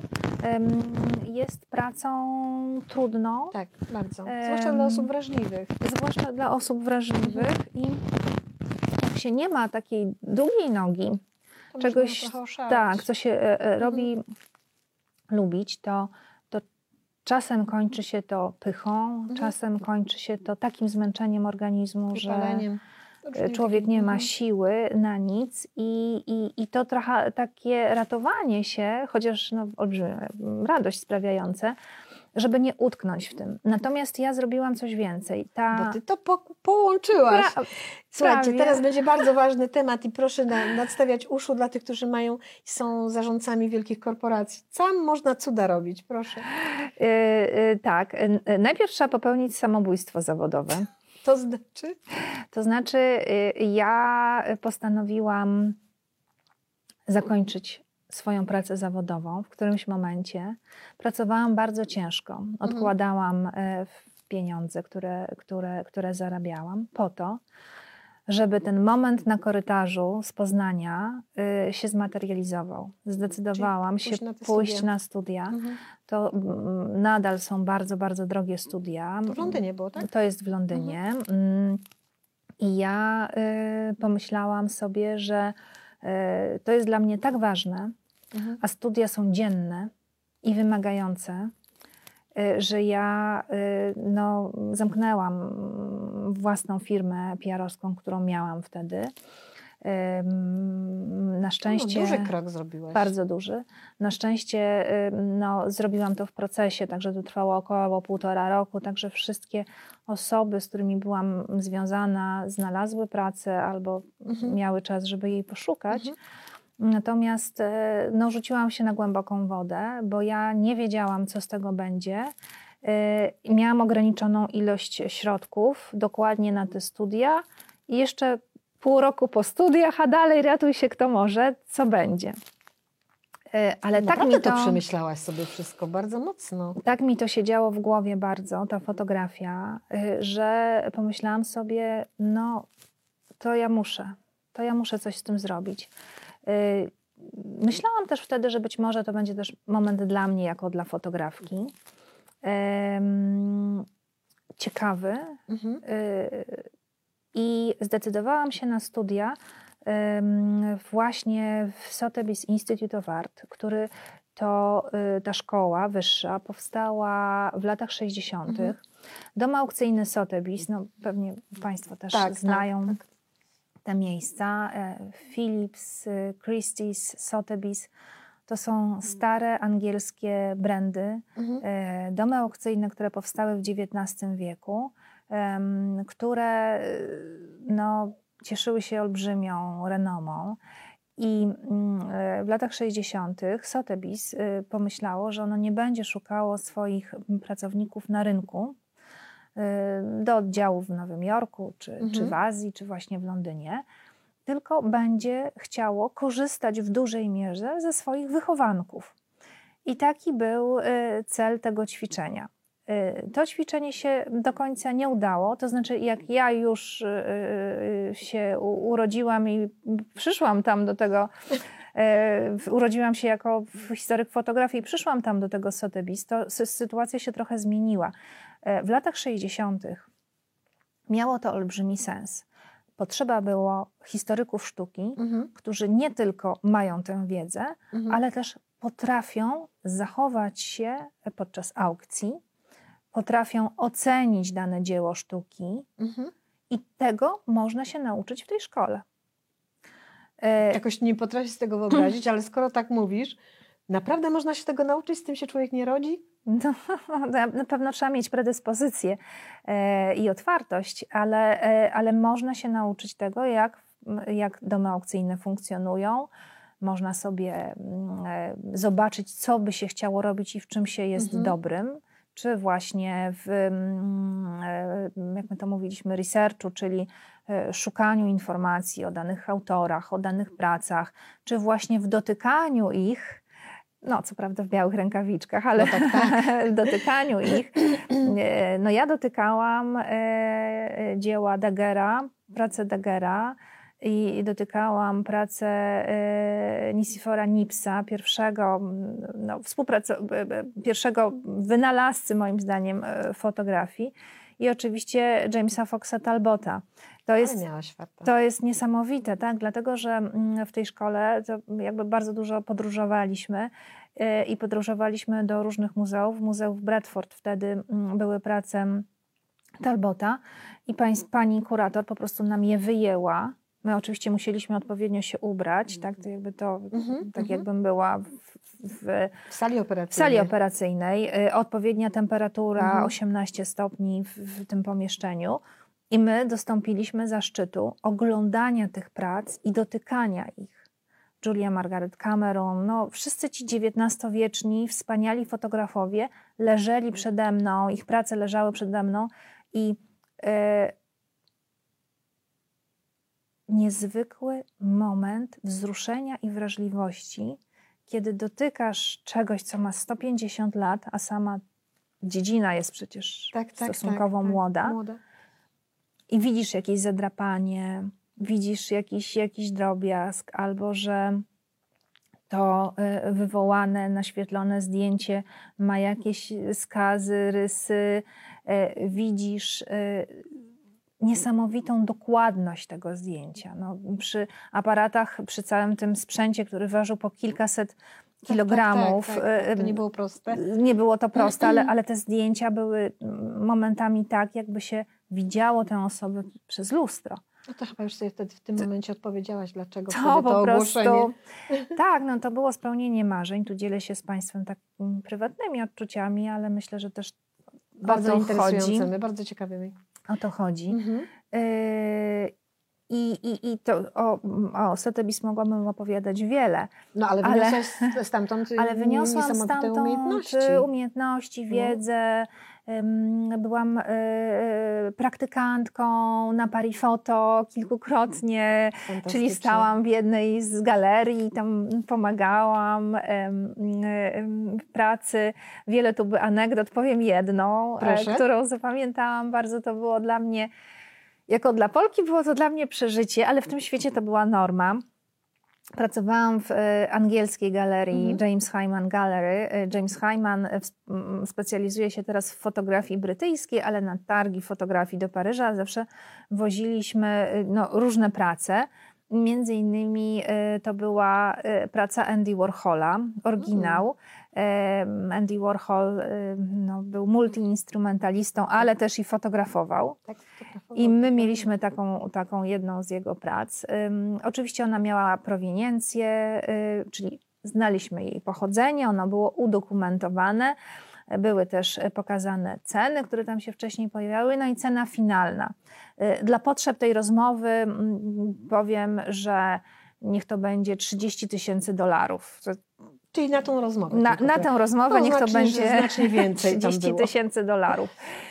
jest pracą trudną, Tak, bardzo. Zwłaszcza dla osób wrażliwych. zwłaszcza dla osób wrażliwych i jak się nie ma takiej długiej nogi, To czegoś, można trochę oszaleć. tak, co się robi lubić, to czasem kończy się to pychą, czasem kończy się to takim zmęczeniem organizmu, Wypaleniem. że człowiek nie ma siły na nic i to trochę takie ratowanie się, chociaż no, olbrzymia radość sprawiające, żeby nie utknąć w tym. Natomiast ja zrobiłam coś więcej. Bo ty to połączyłaś. Słuchajcie, prawie. teraz będzie bardzo ważny temat i proszę nadstawiać uszu dla tych, którzy są zarządcami wielkich korporacji. Tam można cuda robić, proszę. Tak. Najpierw trzeba popełnić samobójstwo zawodowe. To znaczy? To znaczy, ja postanowiłam zakończyć swoją pracę zawodową w którymś momencie. Pracowałam bardzo ciężko. Odkładałam pieniądze, które zarabiałam po to, żeby ten moment na korytarzu z Poznania się zmaterializował. Zdecydowałam się pójść na studia. To nadal są bardzo, bardzo drogie studia. To w Londynie było, tak? To jest w Londynie. I ja pomyślałam sobie, że to jest dla mnie tak ważne, a studia są dzienne i wymagające, że ja no, zamknęłam własną firmę PR-owską, którą miałam wtedy. Na szczęście... No, duży krok zrobiłaś. Bardzo duży. Na szczęście no, zrobiłam to w procesie, także to trwało około 1,5 roku, także wszystkie osoby, z którymi byłam związana, znalazły pracę albo miały czas, żeby jej poszukać. Natomiast no, rzuciłam się na głęboką wodę, bo ja nie wiedziałam, co z tego będzie. Miałam ograniczoną ilość środków dokładnie na te studia i jeszcze pół roku po studiach, a dalej ratuj się kto może, co będzie. Ale tak mi to przemyślałaś sobie wszystko bardzo mocno. Tak mi to się działo w głowie bardzo, ta fotografia, że pomyślałam sobie, no to ja muszę coś z tym zrobić. Myślałam też wtedy, że być może to będzie też moment dla mnie, jako dla fotografki. Ciekawy. I zdecydowałam się na studia właśnie w Sotheby's Institute of Art, który to ta szkoła wyższa powstała w latach 60. Dom aukcyjny Sotheby's, no pewnie Państwo też znają te miejsca. Phillips, Christie's, Sotheby's. To są stare angielskie brandy, domy aukcyjne, które powstały w XIX wieku, które no, cieszyły się olbrzymią renomą. I w latach 60. Sotheby's pomyślało, że ono nie będzie szukało swoich pracowników na rynku do oddziałów w Nowym Jorku, czy w Azji, czy właśnie w Londynie, tylko będzie chciało korzystać w dużej mierze ze swoich wychowanków. I taki był cel tego ćwiczenia. To ćwiczenie się do końca nie udało, to znaczy jak ja już się urodziłam i przyszłam tam do tego, urodziłam się jako historyk fotografii i przyszłam tam do tego Sotheby's, to sytuacja się trochę zmieniła. W latach 60. miało to olbrzymi sens. Potrzeba było historyków sztuki, którzy nie tylko mają tę wiedzę, ale też potrafią zachować się podczas aukcji, potrafią ocenić dane dzieło sztuki i tego można się nauczyć w tej szkole. Jakoś nie potrafię z tego wyobrazić, ale skoro tak mówisz, naprawdę można się tego nauczyć? Z tym się człowiek nie rodzi? No, na pewno trzeba mieć predyspozycję i otwartość, ale można się nauczyć tego, jak domy aukcyjne funkcjonują, można sobie zobaczyć, co by się chciało robić i w czym się jest dobrym, czy właśnie w, jak my to mówiliśmy, researchu, czyli szukaniu informacji o danych autorach, o danych pracach, czy właśnie w dotykaniu ich, no co prawda w białych rękawiczkach, ale No tak. w dotykaniu ich. No ja dotykałam dzieła Daggera, pracy Daggera i dotykałam pracy Nicifora Nipsa, pierwszego wynalazcy moim zdaniem fotografii i oczywiście Jamesa Foxa Talbota. To jest niesamowite, tak? Dlatego, że w tej szkole to jakby bardzo dużo podróżowaliśmy i podróżowaliśmy do różnych muzeów. Muzeum w Bradford wtedy były prace Talbota i pani kurator po prostu nam je wyjęła. My oczywiście musieliśmy odpowiednio się ubrać, tak? To jakby jakbym była w sali operacyjnej. Odpowiednia temperatura, 18 stopni w tym pomieszczeniu. I my dostąpiliśmy zaszczytu oglądania tych prac i dotykania ich. Julia Margaret Cameron, no wszyscy ci XIX-wieczni, wspaniali fotografowie leżeli przede mną, ich prace leżały przede mną i niezwykły moment wzruszenia i wrażliwości, kiedy dotykasz czegoś, co ma 150 lat, a sama dziedzina jest przecież stosunkowo młoda. I widzisz jakieś zadrapanie, widzisz jakiś drobiazg, albo że to wywołane, naświetlone zdjęcie ma jakieś skazy, rysy, widzisz niesamowitą dokładność tego zdjęcia. No, przy aparatach, przy całym tym sprzęcie, który ważył po kilkaset kilogramów. Tak. To nie było proste. Nie było to proste, ale te zdjęcia były momentami tak, jakby się widziało tę osobę przez lustro. No to chyba już sobie wtedy w tym momencie odpowiedziałaś, dlaczego to po ogłoszenie. Tak, no to było spełnienie marzeń. Tu dzielę się z Państwem tak prywatnymi odczuciami, ale myślę, że też bardzo interesującymi, bardzo ciekawymi. O to chodzi. I to o Sotheby's mogłabym opowiadać wiele. No ale wyniosłaś stamtąd niesamowite umiejętności, wiedzę. Byłam praktykantką na Parifoto kilkukrotnie, czyli stałam w jednej z galerii i tam pomagałam w pracy. Wiele tu by anegdot. Powiem jedną, którą zapamiętałam bardzo. To było dla mnie, jako dla Polki było to dla mnie przeżycie, ale w tym świecie to była norma. Pracowałam w angielskiej galerii James Hyman Gallery. James Hyman specjalizuje się teraz w fotografii brytyjskiej, ale na targi fotografii do Paryża zawsze woziliśmy różne prace. Między innymi to była praca Andy Warhola, oryginał. Andy Warhol był multiinstrumentalistą, ale też i fotografował. I my mieliśmy taką jedną z jego prac. Oczywiście ona miała proweniencję, czyli znaliśmy jej pochodzenie, ono było udokumentowane. Były też pokazane ceny, które tam się wcześniej pojawiały, no i cena finalna. Dla potrzeb tej rozmowy powiem, że niech to będzie $30,000. Czyli na tą rozmowę. Na tę rozmowę niech to będzie znacznie więcej $30,000.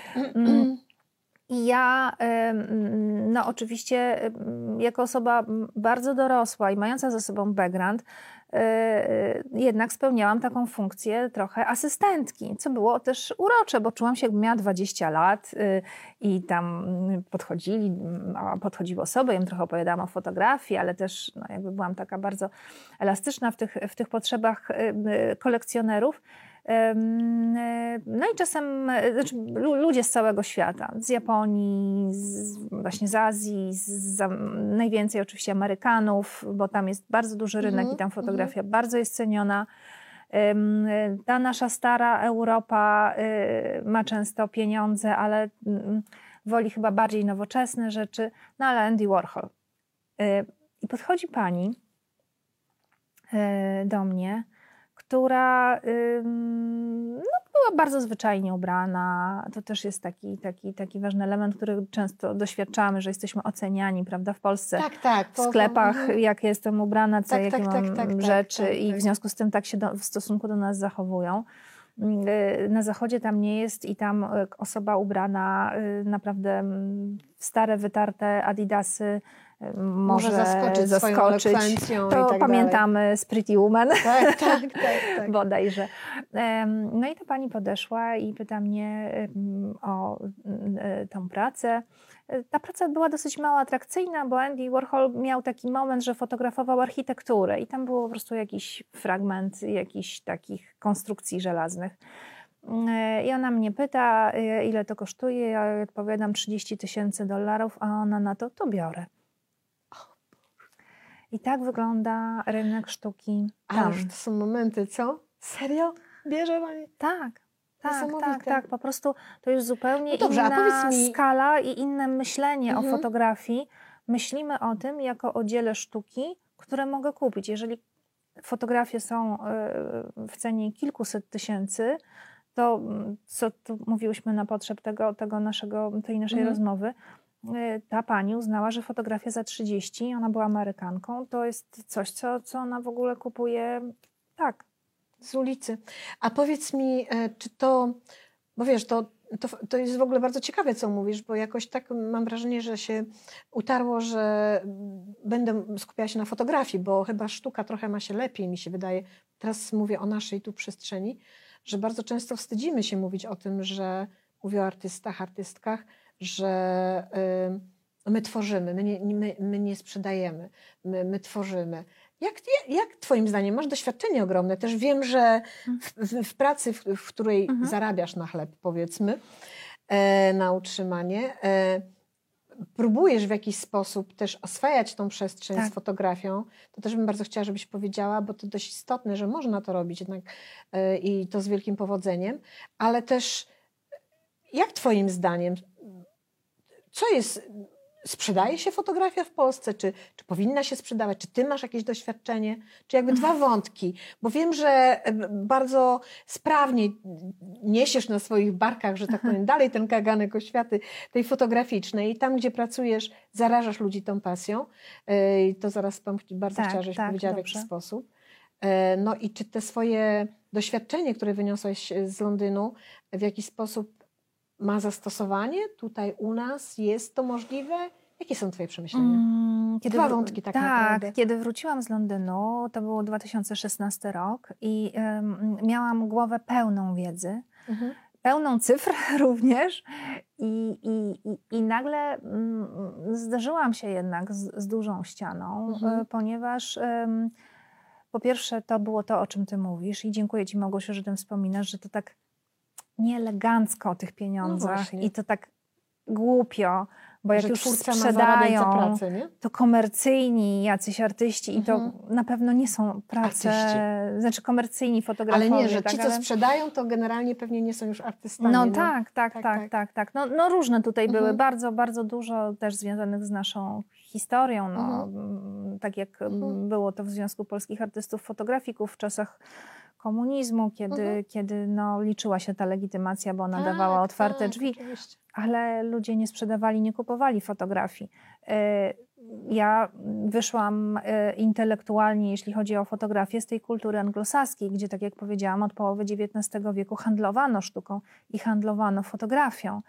I ja oczywiście jako osoba bardzo dorosła i mająca za sobą background, jednak spełniałam taką funkcję trochę asystentki, co było też urocze, bo czułam się, jakbym miała 20 lat i tam podchodziły osoby, ja im trochę opowiadałam o fotografii, ale też jakby byłam taka bardzo elastyczna w tych potrzebach kolekcjonerów. No i czasem ludzie z całego świata, z Japonii, właśnie z Azji, najwięcej oczywiście Amerykanów, bo tam jest bardzo duży rynek i tam fotografia bardzo jest ceniona. Ta nasza stara Europa ma często pieniądze, ale woli chyba bardziej nowoczesne rzeczy, no ale Andy Warhol. I podchodzi pani do mnie, która była bardzo zwyczajnie ubrana. To też jest taki ważny element, który często doświadczamy, że jesteśmy oceniani, prawda, w Polsce. Tak. W sklepach, jak jestem ubrana, jakie mam rzeczy i w związku z tym tak się w stosunku do nas zachowują. Na zachodzie tam nie jest i tam osoba ubrana naprawdę w stare, wytarte adidasy może zaskoczyć swoją elokwencją to i tak pamiętamy z Pretty Woman tak. bodajże. No i ta pani podeszła i pyta mnie o tą pracę. Ta praca była dosyć mało atrakcyjna, bo Andy Warhol miał taki moment, że fotografował architekturę i tam było po prostu jakiś fragment jakichś takich konstrukcji żelaznych. I ona mnie pyta, ile to kosztuje, ja odpowiadam $30,000, a ona na to biorę. I tak wygląda rynek sztuki tam. Ależ to są momenty, co? Serio? Bierze pani? Tak. Po prostu to jest zupełnie dobrze, inna skala i inne myślenie o fotografii. Myślimy o tym jako o dziele sztuki, które mogę kupić. Jeżeli fotografie są w cenie kilkuset tysięcy, to co tu mówiłyśmy na potrzeb tej naszej rozmowy, ta pani uznała, że fotografia za 30, ona była Amerykanką, to jest coś, co ona w ogóle kupuje tak. Z ulicy. A powiedz mi, czy to, bo wiesz, to jest w ogóle bardzo ciekawe, co mówisz, bo jakoś tak mam wrażenie, że się utarło, że będę skupiała się na fotografii, bo chyba sztuka trochę ma się lepiej, mi się wydaje. Teraz mówię o naszej tu przestrzeni, że bardzo często wstydzimy się mówić o tym, że mówię o artystach, artystkach, że my tworzymy, my nie sprzedajemy, my tworzymy. Jak twoim zdaniem, masz doświadczenie ogromne, też wiem, że w pracy, w której zarabiasz na chleb, powiedzmy, na utrzymanie, próbujesz w jakiś sposób też oswajać tą przestrzeń z fotografią, to też bym bardzo chciała, żebyś powiedziała, bo to dość istotne, że można to robić jednak i to z wielkim powodzeniem, ale też jak twoim zdaniem, co jest... Sprzedaje się fotografia w Polsce? Czy powinna się sprzedawać? Czy ty masz jakieś doświadczenie? Czy jakby dwa wątki? Bo wiem, że bardzo sprawnie niesiesz na swoich barkach, że tak powiem, dalej ten kaganek oświaty tej fotograficznej i tam, gdzie pracujesz, zarażasz ludzi tą pasją. I to zaraz bardzo chciała, żebyś powiedziała, w jaki sposób. No i czy te swoje doświadczenie, które wyniosłaś z Londynu, w jakiś sposób ma zastosowanie tutaj u nas? Jest to możliwe? Jakie są twoje przemyślenia? Dwa wątki tak naprawdę. Kiedy wróciłam z Londynu, to był 2016 rok i miałam głowę pełną wiedzy, pełną cyfr również i nagle zderzyłam się jednak z dużą ścianą, ponieważ po pierwsze to było to, o czym ty mówisz i dziękuję ci, Małgosiu, że tym wspominasz, że to tak nieelegancko o tych pieniądzach i to tak głupio, bo jak już sprzedają, za pracę, nie? to komercyjni jacyś artyści i to na pewno nie są prace, znaczy komercyjni fotografowie. Ale nie, że ci, co sprzedają, to generalnie pewnie nie są już artystami. No tak. No różne tutaj były, bardzo, bardzo dużo też związanych z naszą historią, tak jak było to w Związku Polskich Artystów Fotografików w czasach komunizmu, kiedy liczyła się ta legitymacja, bo ona dawała otwarte drzwi, ale ludzie nie sprzedawali, nie kupowali fotografii. Ja wyszłam intelektualnie, jeśli chodzi o fotografię, z tej kultury anglosaskiej, gdzie, tak jak powiedziałam, od połowy XIX wieku handlowano sztuką i handlowano fotografią.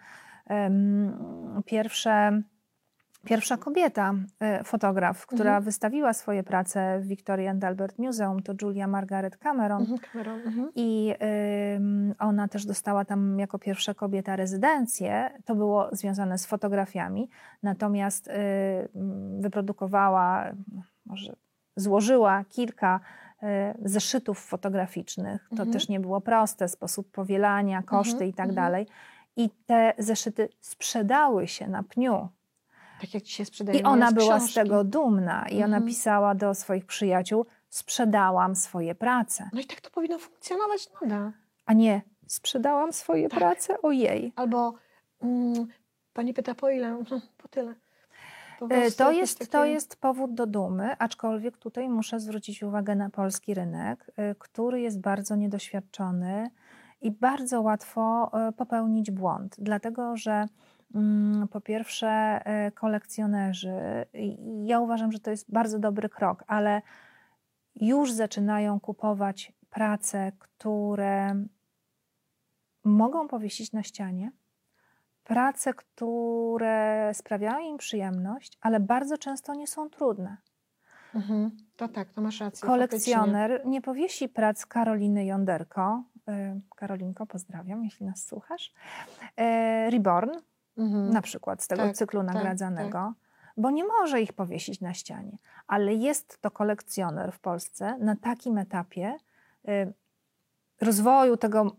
Pierwsza kobieta, fotograf, która wystawiła swoje prace w Victoria and Albert Museum, to Julia Margaret Cameron. I ona też dostała tam jako pierwsza kobieta rezydencję. To było związane z fotografiami. Natomiast wyprodukowała, może złożyła kilka zeszytów fotograficznych. To też nie było proste, sposób powielania, koszty i tak dalej. I te zeszyty sprzedały się na pniu. Tak jak dzisiaj sprzedają I ona była z tego dumna. I ona pisała do swoich przyjaciół, sprzedałam swoje prace. No i tak to powinno funkcjonować nadal. A nie, sprzedałam swoje prace, ojej. Albo pani pyta, po ile? Po tyle. To jest powód do dumy, aczkolwiek tutaj muszę zwrócić uwagę na polski rynek, który jest bardzo niedoświadczony i bardzo łatwo popełnić błąd, dlatego że po pierwsze kolekcjonerzy, ja uważam, że to jest bardzo dobry krok, ale już zaczynają kupować prace, które mogą powiesić na ścianie, prace, które sprawiają im przyjemność, ale bardzo często nie są trudne. To tak, to masz rację. Kolekcjoner nie powiesi prac Karoliny Jonderko, Karolinko, pozdrawiam, jeśli nas słuchasz, Reborn, na przykład z tego cyklu nagradzanego, bo nie może ich powiesić na ścianie. Ale jest to kolekcjoner w Polsce na takim etapie rozwoju tego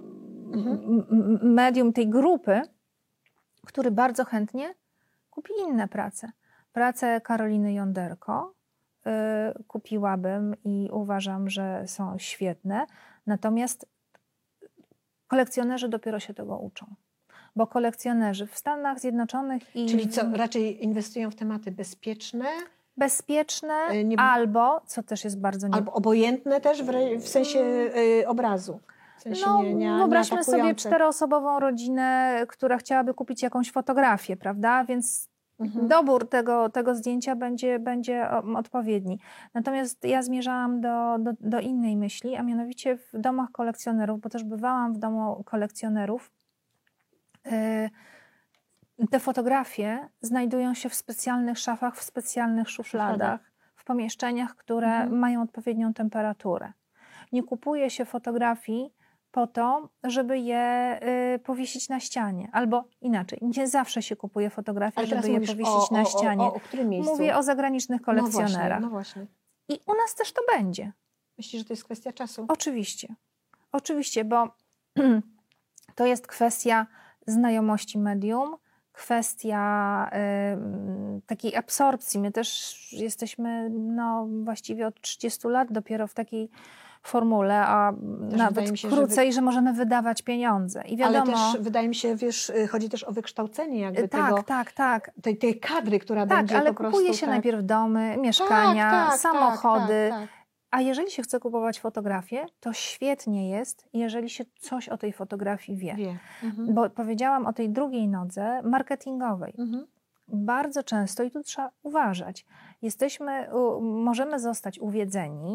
medium, tej grupy, który bardzo chętnie kupi inne prace. Pracę Karoliny Jonderko kupiłabym i uważam, że są świetne. Natomiast kolekcjonerzy dopiero się tego uczą. Bo kolekcjonerzy w Stanach Zjednoczonych Czyli co, raczej inwestują w tematy bezpieczne? Albo, co też jest bardzo albo obojętne też w sensie obrazu. W sensie wyobraźmy sobie 4-osobową rodzinę, która chciałaby kupić jakąś fotografię, prawda? Więc dobór tego zdjęcia będzie odpowiedni. Natomiast ja zmierzałam do innej myśli, a mianowicie w domach kolekcjonerów, bo też bywałam w domu kolekcjonerów. Te fotografie znajdują się w specjalnych szafach, w specjalnych szufladach, w pomieszczeniach, które mają odpowiednią temperaturę. Nie kupuje się fotografii po to, żeby je powiesić na ścianie. Albo inaczej, nie zawsze się kupuje fotografie, żeby je powiesić na ścianie. O którym miejscu? Mówię o zagranicznych kolekcjonerach. No właśnie. I u nas też to będzie. Myślisz, że to jest kwestia czasu? Oczywiście, bo to jest kwestia znajomości medium, kwestia takiej absorpcji. My też jesteśmy właściwie od 30 lat dopiero w takiej formule, a też nawet krócej, że możemy wydawać pieniądze. I wiadomo, ale też wydaje mi się, chodzi też o wykształcenie jakby tak. Tej kadry, która będzie ale po prostu... kupuje się najpierw domy, mieszkania, samochody. A jeżeli się chce kupować fotografię, to świetnie jest, jeżeli się coś o tej fotografii wie. Bo powiedziałam o tej drugiej nodze marketingowej. Bardzo często, i tu trzeba uważać, możemy zostać uwiedzeni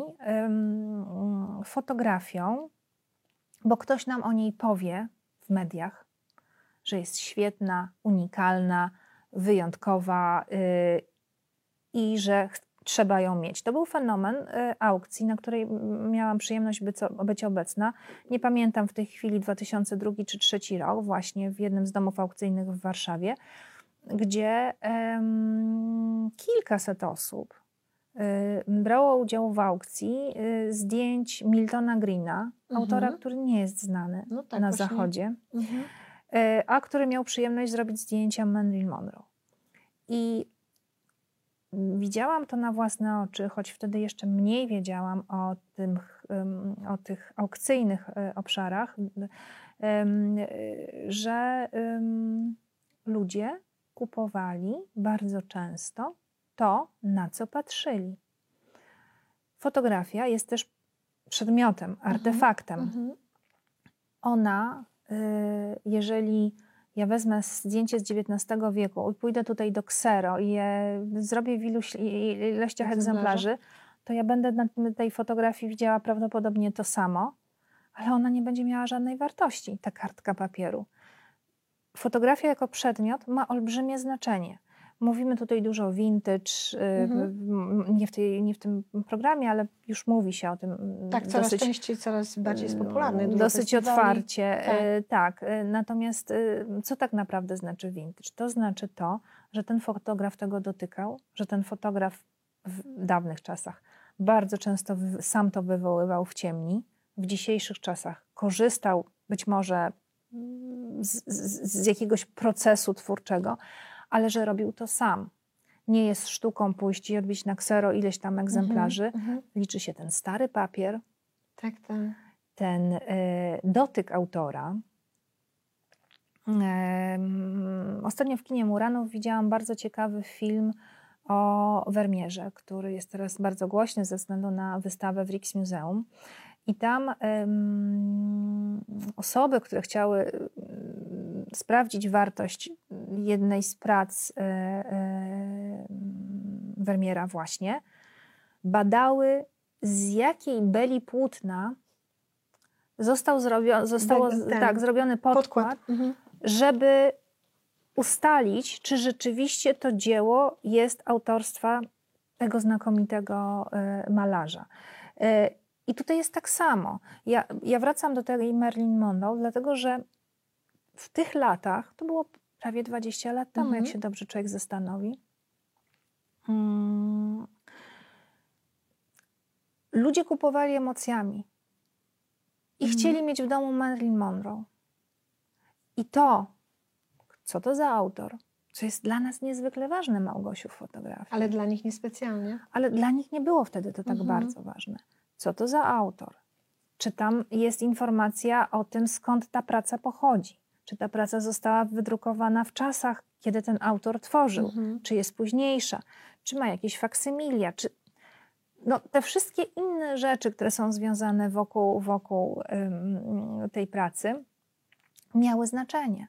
fotografią, bo ktoś nam o niej powie w mediach, że jest świetna, unikalna, wyjątkowa i że trzeba ją mieć. To był fenomen aukcji, na której miałam przyjemność być obecna. Nie pamiętam w tej chwili 2002 czy 2003 rok, właśnie w jednym z domów aukcyjnych w Warszawie, gdzie kilkaset osób brało udział w aukcji zdjęć Miltona Greena, autora, który nie jest znany na Zachodzie, a który miał przyjemność zrobić zdjęcia Marilyn Monroe. I widziałam to na własne oczy, choć wtedy jeszcze mniej wiedziałam o tych aukcyjnych obszarach, że ludzie kupowali bardzo często to, na co patrzyli. Fotografia jest też przedmiotem, artefaktem. Ona, jeżeli ja wezmę zdjęcie z XIX wieku i pójdę tutaj do ksero i je zrobię w ilościach egzemplarzy, to ja będę na tej fotografii widziała prawdopodobnie to samo, ale ona nie będzie miała żadnej wartości, ta kartka papieru. Fotografia jako przedmiot ma olbrzymie znaczenie. Mówimy tutaj dużo o vintage, nie w tym programie, ale już mówi się o tym. Tak, coraz częściej, coraz bardziej jest popularny. Dosyć otwarcie. Tak. Natomiast co tak naprawdę znaczy vintage? To znaczy to, że ten fotograf tego dotykał, że ten fotograf w dawnych czasach bardzo często sam to wywoływał w ciemni. W dzisiejszych czasach korzystał być może z jakiegoś procesu twórczego, ale że robił to sam. Nie jest sztuką pójść i odbić na ksero ileś tam egzemplarzy. Liczy się ten stary papier, ten dotyk autora. Ostatnio w kinie Muranów widziałam bardzo ciekawy film o Vermeerze, który jest teraz bardzo głośny ze względu na wystawę w Rijksmuseum. I tam osoby, które chciały sprawdzić wartość jednej z prac Vermeera właśnie, badały, z jakiej beli płótna został zrobiony podkład. Żeby ustalić, czy rzeczywiście to dzieło jest autorstwa tego znakomitego malarza. I tutaj jest tak samo. Ja wracam do tej Marilyn Monroe, dlatego że w tych latach, to było prawie 20 lat temu, jak się dobrze człowiek zastanowi, ludzie kupowali emocjami i chcieli mieć w domu Marilyn Monroe. I to, co to za autor, co jest dla nas niezwykle ważne, Małgosiu, w fotografii. Ale dla nich niespecjalnie. Ale dla nich nie było wtedy to tak bardzo ważne. Co to za autor? Czy tam jest informacja o tym, skąd ta praca pochodzi? Czy ta praca została wydrukowana w czasach, kiedy ten autor tworzył? Czy jest późniejsza? Czy ma jakieś faksymilia? Czy... No, te wszystkie inne rzeczy, które są związane wokół tej pracy, miały znaczenie.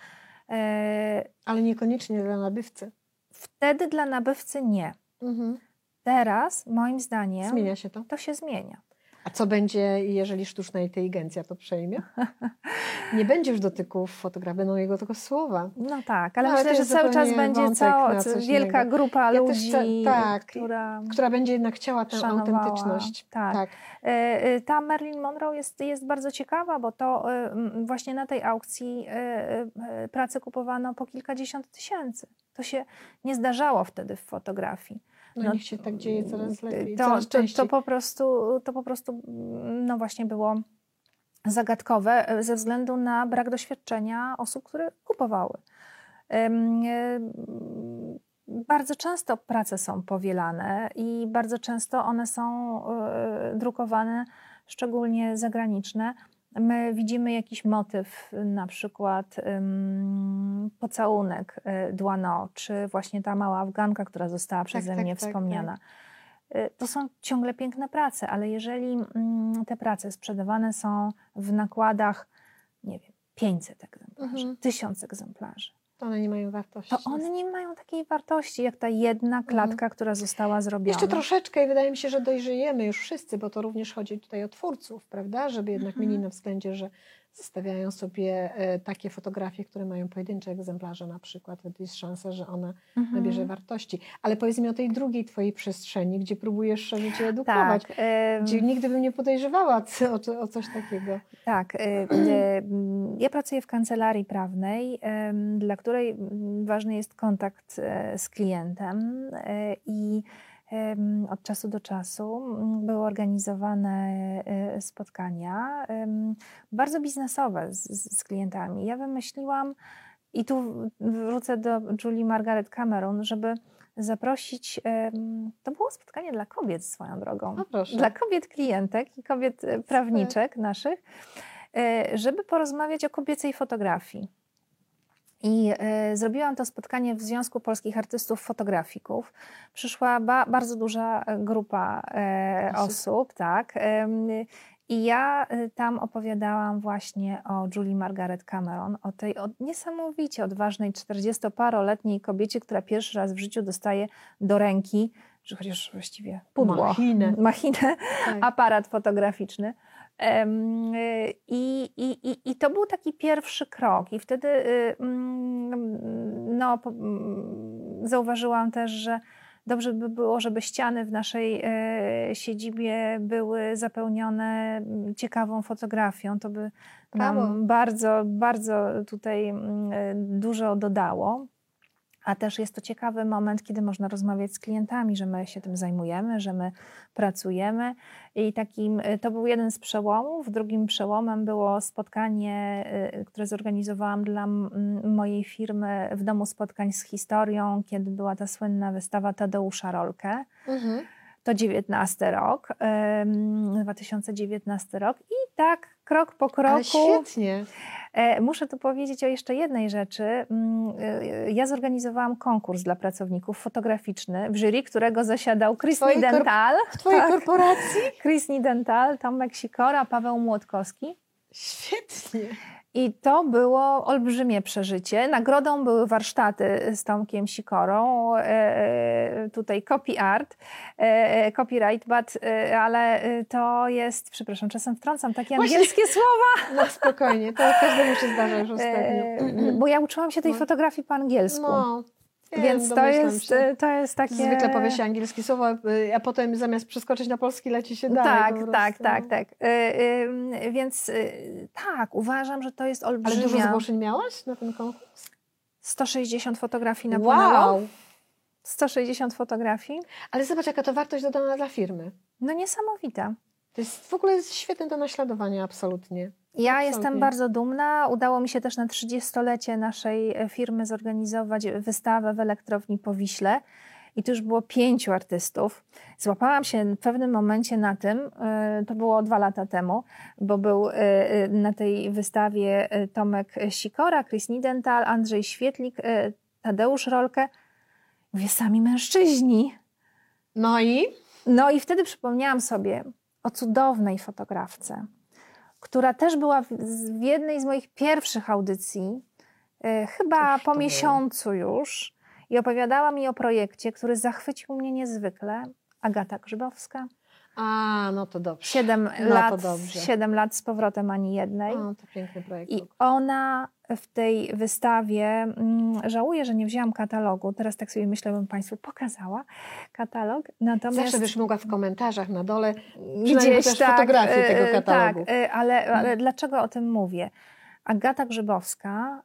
Ale niekoniecznie dla nabywcy. Wtedy dla nabywcy nie. Teraz, moim zdaniem, Zmienia się to. To się zmienia. A co będzie, jeżeli sztuczna inteligencja to przejmie? Nie będzie już dotyków fotografa, będą jego tylko słowa. No tak, ale No, myślę, że cały czas będzie wielka grupa ludzi, która będzie jednak chciała tę autentyczność. Tak. Ta Marilyn Monroe jest bardzo ciekawa, bo to właśnie na tej aukcji pracy kupowano po kilkadziesiąt tysięcy. To się nie zdarzało wtedy w fotografii. No niech się tak dzieje coraz lepiej, to po prostu no właśnie było zagadkowe ze względu na brak doświadczenia osób, które kupowały. Bardzo często prace są powielane i bardzo często one są drukowane, szczególnie zagraniczne. My widzimy jakiś motyw, na przykład pocałunek Duano, czy właśnie ta mała Afganka, która została przeze mnie wspomniana. To są ciągle piękne prace, ale jeżeli te prace sprzedawane są w nakładach, nie wiem, 500 egzemplarzy, 1000 egzemplarzy, to one nie mają wartości. To one nie mają takiej wartości, jak ta jedna klatka, która została zrobiona. Jeszcze troszeczkę i wydaje mi się, że dojrzejemy już wszyscy, bo to również chodzi tutaj o twórców, prawda? Żeby jednak mieli na względzie, że zostawiają sobie takie fotografie, które mają pojedyncze egzemplarze na przykład. To jest szansa, że ona nabierze wartości. Ale powiedz mi o tej drugiej twojej przestrzeni, gdzie próbujesz szerzyć i edukować. Tak, gdzie nigdy bym nie podejrzewała o coś takiego. Tak. Ja pracuję w kancelarii prawnej, dla której ważny jest kontakt z klientem i od czasu do czasu były organizowane spotkania bardzo biznesowe z klientami. Ja wymyśliłam, i tu wrócę do Julie Margaret Cameron, żeby zaprosić, to było spotkanie dla kobiet swoją drogą, dla kobiet klientek i kobiet prawniczek naszych, żeby porozmawiać o kobiecej fotografii. I zrobiłam to spotkanie w Związku Polskich Artystów Fotografików. Przyszła bardzo duża grupa osób, tak. I ja tam opowiadałam właśnie o Julie Margaret Cameron, o tej niesamowicie odważnej 40-paroletniej kobiecie, która pierwszy raz w życiu dostaje do ręki, że chociaż właściwie pudło, machinę, aparat fotograficzny. I to był taki pierwszy krok i wtedy zauważyłam też, że dobrze by było, żeby ściany w naszej siedzibie były zapełnione ciekawą fotografią. To by nam bardzo, bardzo tutaj dużo dodało. A też jest to ciekawy moment, kiedy można rozmawiać z klientami, że my się tym zajmujemy, że my pracujemy. I to był jeden z przełomów. Drugim przełomem było spotkanie, które zorganizowałam dla mojej firmy w Domu Spotkań z Historią, kiedy była ta słynna wystawa Tadeusza Rolke. To 2019 rok. I tak krok po kroku. Ale świetnie. Muszę tu powiedzieć o jeszcze jednej rzeczy. Ja zorganizowałam konkurs dla pracowników fotograficzny, w jury którego zasiadał Chris Nidental. W twojej korporacji? Chris Nidental, Tomek Sikora, Paweł Młotkowski. Świetnie. I to było olbrzymie przeżycie. Nagrodą były warsztaty z Tomkiem Sikorą, tutaj copyright, ale to jest, przepraszam, czasem wtrącam takie angielskie słowa. No spokojnie, to każdemu się zdarza już ostatnio. Bo ja uczyłam się tej fotografii po angielsku. No, wiem, Więc to jest takie... Zwykle powie się angielskie słowo, a potem zamiast przeskoczyć na polski leci się dalej. Tak. Więc tak, uważam, że to jest olbrzymia... Ale dużo zgłoszeń miałaś na ten konkurs? 160 fotografii napłynęło. Wow! 160 fotografii. Ale zobacz, jaka to wartość dodana dla firmy. No niesamowita. To jest w ogóle świetne do naśladowania, absolutnie. Ja jestem bardzo dumna. Udało mi się też na 30-lecie naszej firmy zorganizować wystawę w Elektrowni Powiśle. I tu już było 5 artystów. Złapałam się w pewnym momencie na tym, to było 2 lata temu, bo był na tej wystawie Tomek Sikora, Chris Nidental, Andrzej Świetlik, Tadeusz Rolke. Mówię, sami mężczyźni. No i wtedy przypomniałam sobie o cudownej fotografce, która też była w jednej z moich pierwszych audycji, chyba po miesiącu już, i opowiadała mi o projekcie, który zachwycił mnie niezwykle. Agata Grzybowska. A, no to dobrze. 7 lat z powrotem ani jednej. O, to piękny projekt. I ona w tej wystawie, żałuję, że nie wzięłam katalogu, teraz tak sobie myślę, bym Państwu pokazała katalog. Natomiast zawsze byś mogła w komentarzach na dole gdzieś fotografię tego katalogu. Tak, ale dlaczego o tym mówię? Agata Grzybowska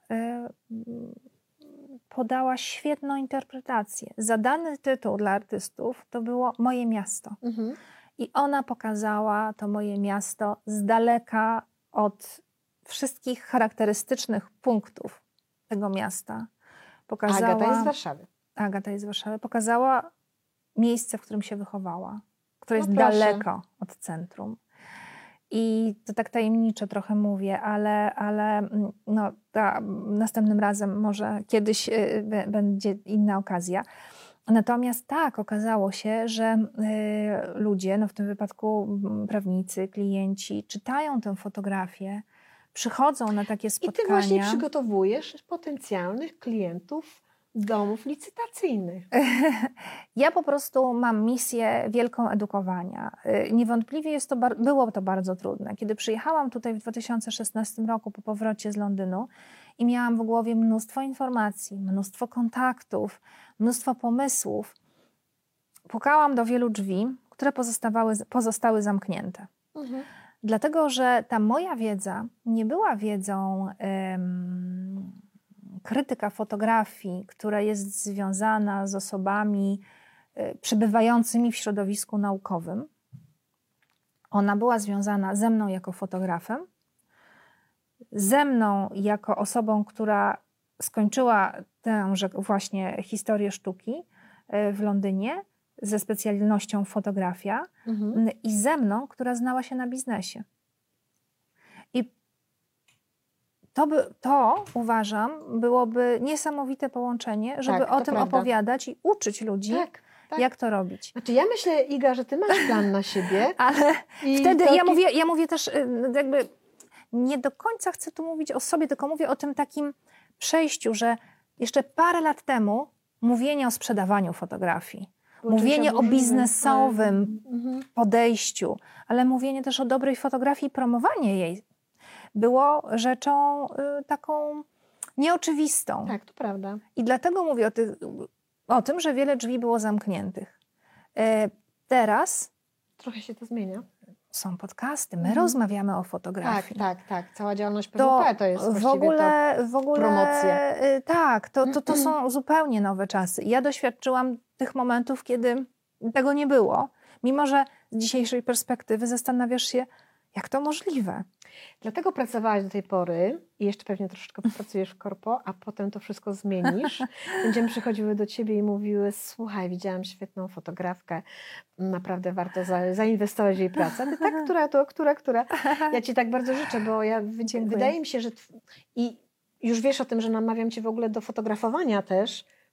podała świetną interpretację. Zadany tytuł dla artystów to było Moje miasto. Mhm. I ona pokazała to moje miasto z daleka od wszystkich charakterystycznych punktów tego miasta. Agata jest z Warszawy. Agata jest z Warszawy. Pokazała miejsce, w którym się wychowała, które jest proszę. daleko od centrum. I to tak tajemniczo trochę mówię, ale no, następnym razem może kiedyś będzie inna okazja. Natomiast tak, okazało się, że ludzie, no w tym wypadku prawnicy, klienci, czytają tę fotografię, przychodzą na takie spotkania. I ty właśnie przygotowujesz potencjalnych klientów domów licytacyjnych. Ja po prostu mam misję wielką edukowania. Niewątpliwie było to bardzo trudne. Kiedy przyjechałam tutaj w 2016 roku po powrocie z Londynu i miałam w głowie mnóstwo informacji, mnóstwo kontaktów, mnóstwo pomysłów, pukałam do wielu drzwi, które pozostały zamknięte. Mhm. Dlatego, że ta moja wiedza nie była wiedzą krytyka fotografii, która jest związana z osobami przebywającymi w środowisku naukowym. Ona była związana ze mną jako fotografem, ze mną jako osobą, która skończyła tęże właśnie historię sztuki w Londynie ze specjalnością fotografia i ze mną, która znała się na biznesie. I to uważam, byłoby niesamowite połączenie, żeby o tym opowiadać i uczyć ludzi, jak to robić. Znaczy ja myślę, Iga, że ty masz plan na siebie. Ale wtedy ja mówię też jakby nie do końca chcę tu mówić o sobie, tylko mówię o tym takim przejściu, że jeszcze parę lat temu mówienie o sprzedawaniu fotografii, mówienie o biznesowym podejściu, ale mówienie też o dobrej fotografii i promowanie jej było rzeczą taką nieoczywistą. Tak, to prawda. I dlatego mówię o tym, że wiele drzwi było zamkniętych. Teraz trochę się to zmienia. Są podcasty, my rozmawiamy o fotografii. Tak. Cała działalność PWP to jest w ogóle promocja. Tak, to są zupełnie nowe czasy. Ja doświadczyłam tych momentów, kiedy tego nie było, mimo że z dzisiejszej perspektywy zastanawiasz się, jak to możliwe. Dlatego pracowałaś do tej pory i jeszcze pewnie troszeczkę popracujesz w korpo, a potem to wszystko zmienisz. Będziemy przychodziły do ciebie i mówiły, słuchaj, widziałam świetną fotografkę, naprawdę warto zainwestować w jej pracę. Ty tak, która? Ja ci tak bardzo życzę, bo wydaje mi się, że i już wiesz o tym, że namawiam cię w ogóle do fotografowania też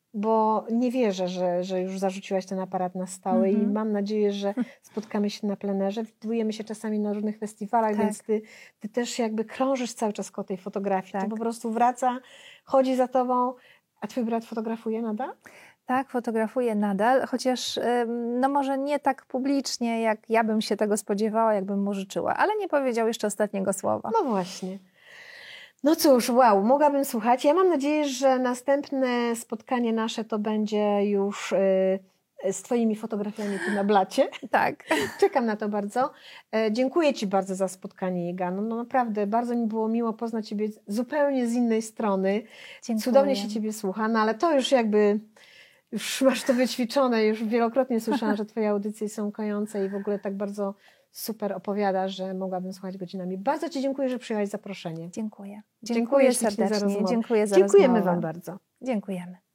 bo nie wierzę, że już zarzuciłaś ten aparat na stałe i mam nadzieję, że spotkamy się na plenerze. Widujemy się czasami na różnych festiwalach, Tak. więc ty też jakby krążysz cały czas koło tej fotografii. Tak. To po prostu wraca, chodzi za tobą. A twój brat fotografuje nadal? Tak, fotografuję nadal, chociaż no może nie tak publicznie, jak ja bym się tego spodziewała, jakbym mu życzyła, ale nie powiedział jeszcze ostatniego słowa. No właśnie. No cóż, wow, mogłabym słuchać. Ja mam nadzieję, że następne spotkanie nasze to będzie już z twoimi fotografiami tu na blacie. Tak. Czekam na to bardzo. Dziękuję ci bardzo za spotkanie, Iga. No naprawdę, bardzo mi było miło poznać ciebie zupełnie z innej strony. Dziękuję. Cudownie się ciebie słucha, no ale to już jakby... Już masz to wyćwiczone, już wielokrotnie słyszałam, że twoje audycje są kojące i w ogóle tak bardzo super opowiadasz, że mogłabym słuchać godzinami. Bardzo ci dziękuję, że przyjęłaś zaproszenie. Dziękuję. Dziękuję ślicznie za serdecznie. rozmowę. Dziękuję za Dziękujemy rozmowę. wam bardzo. Dziękujemy.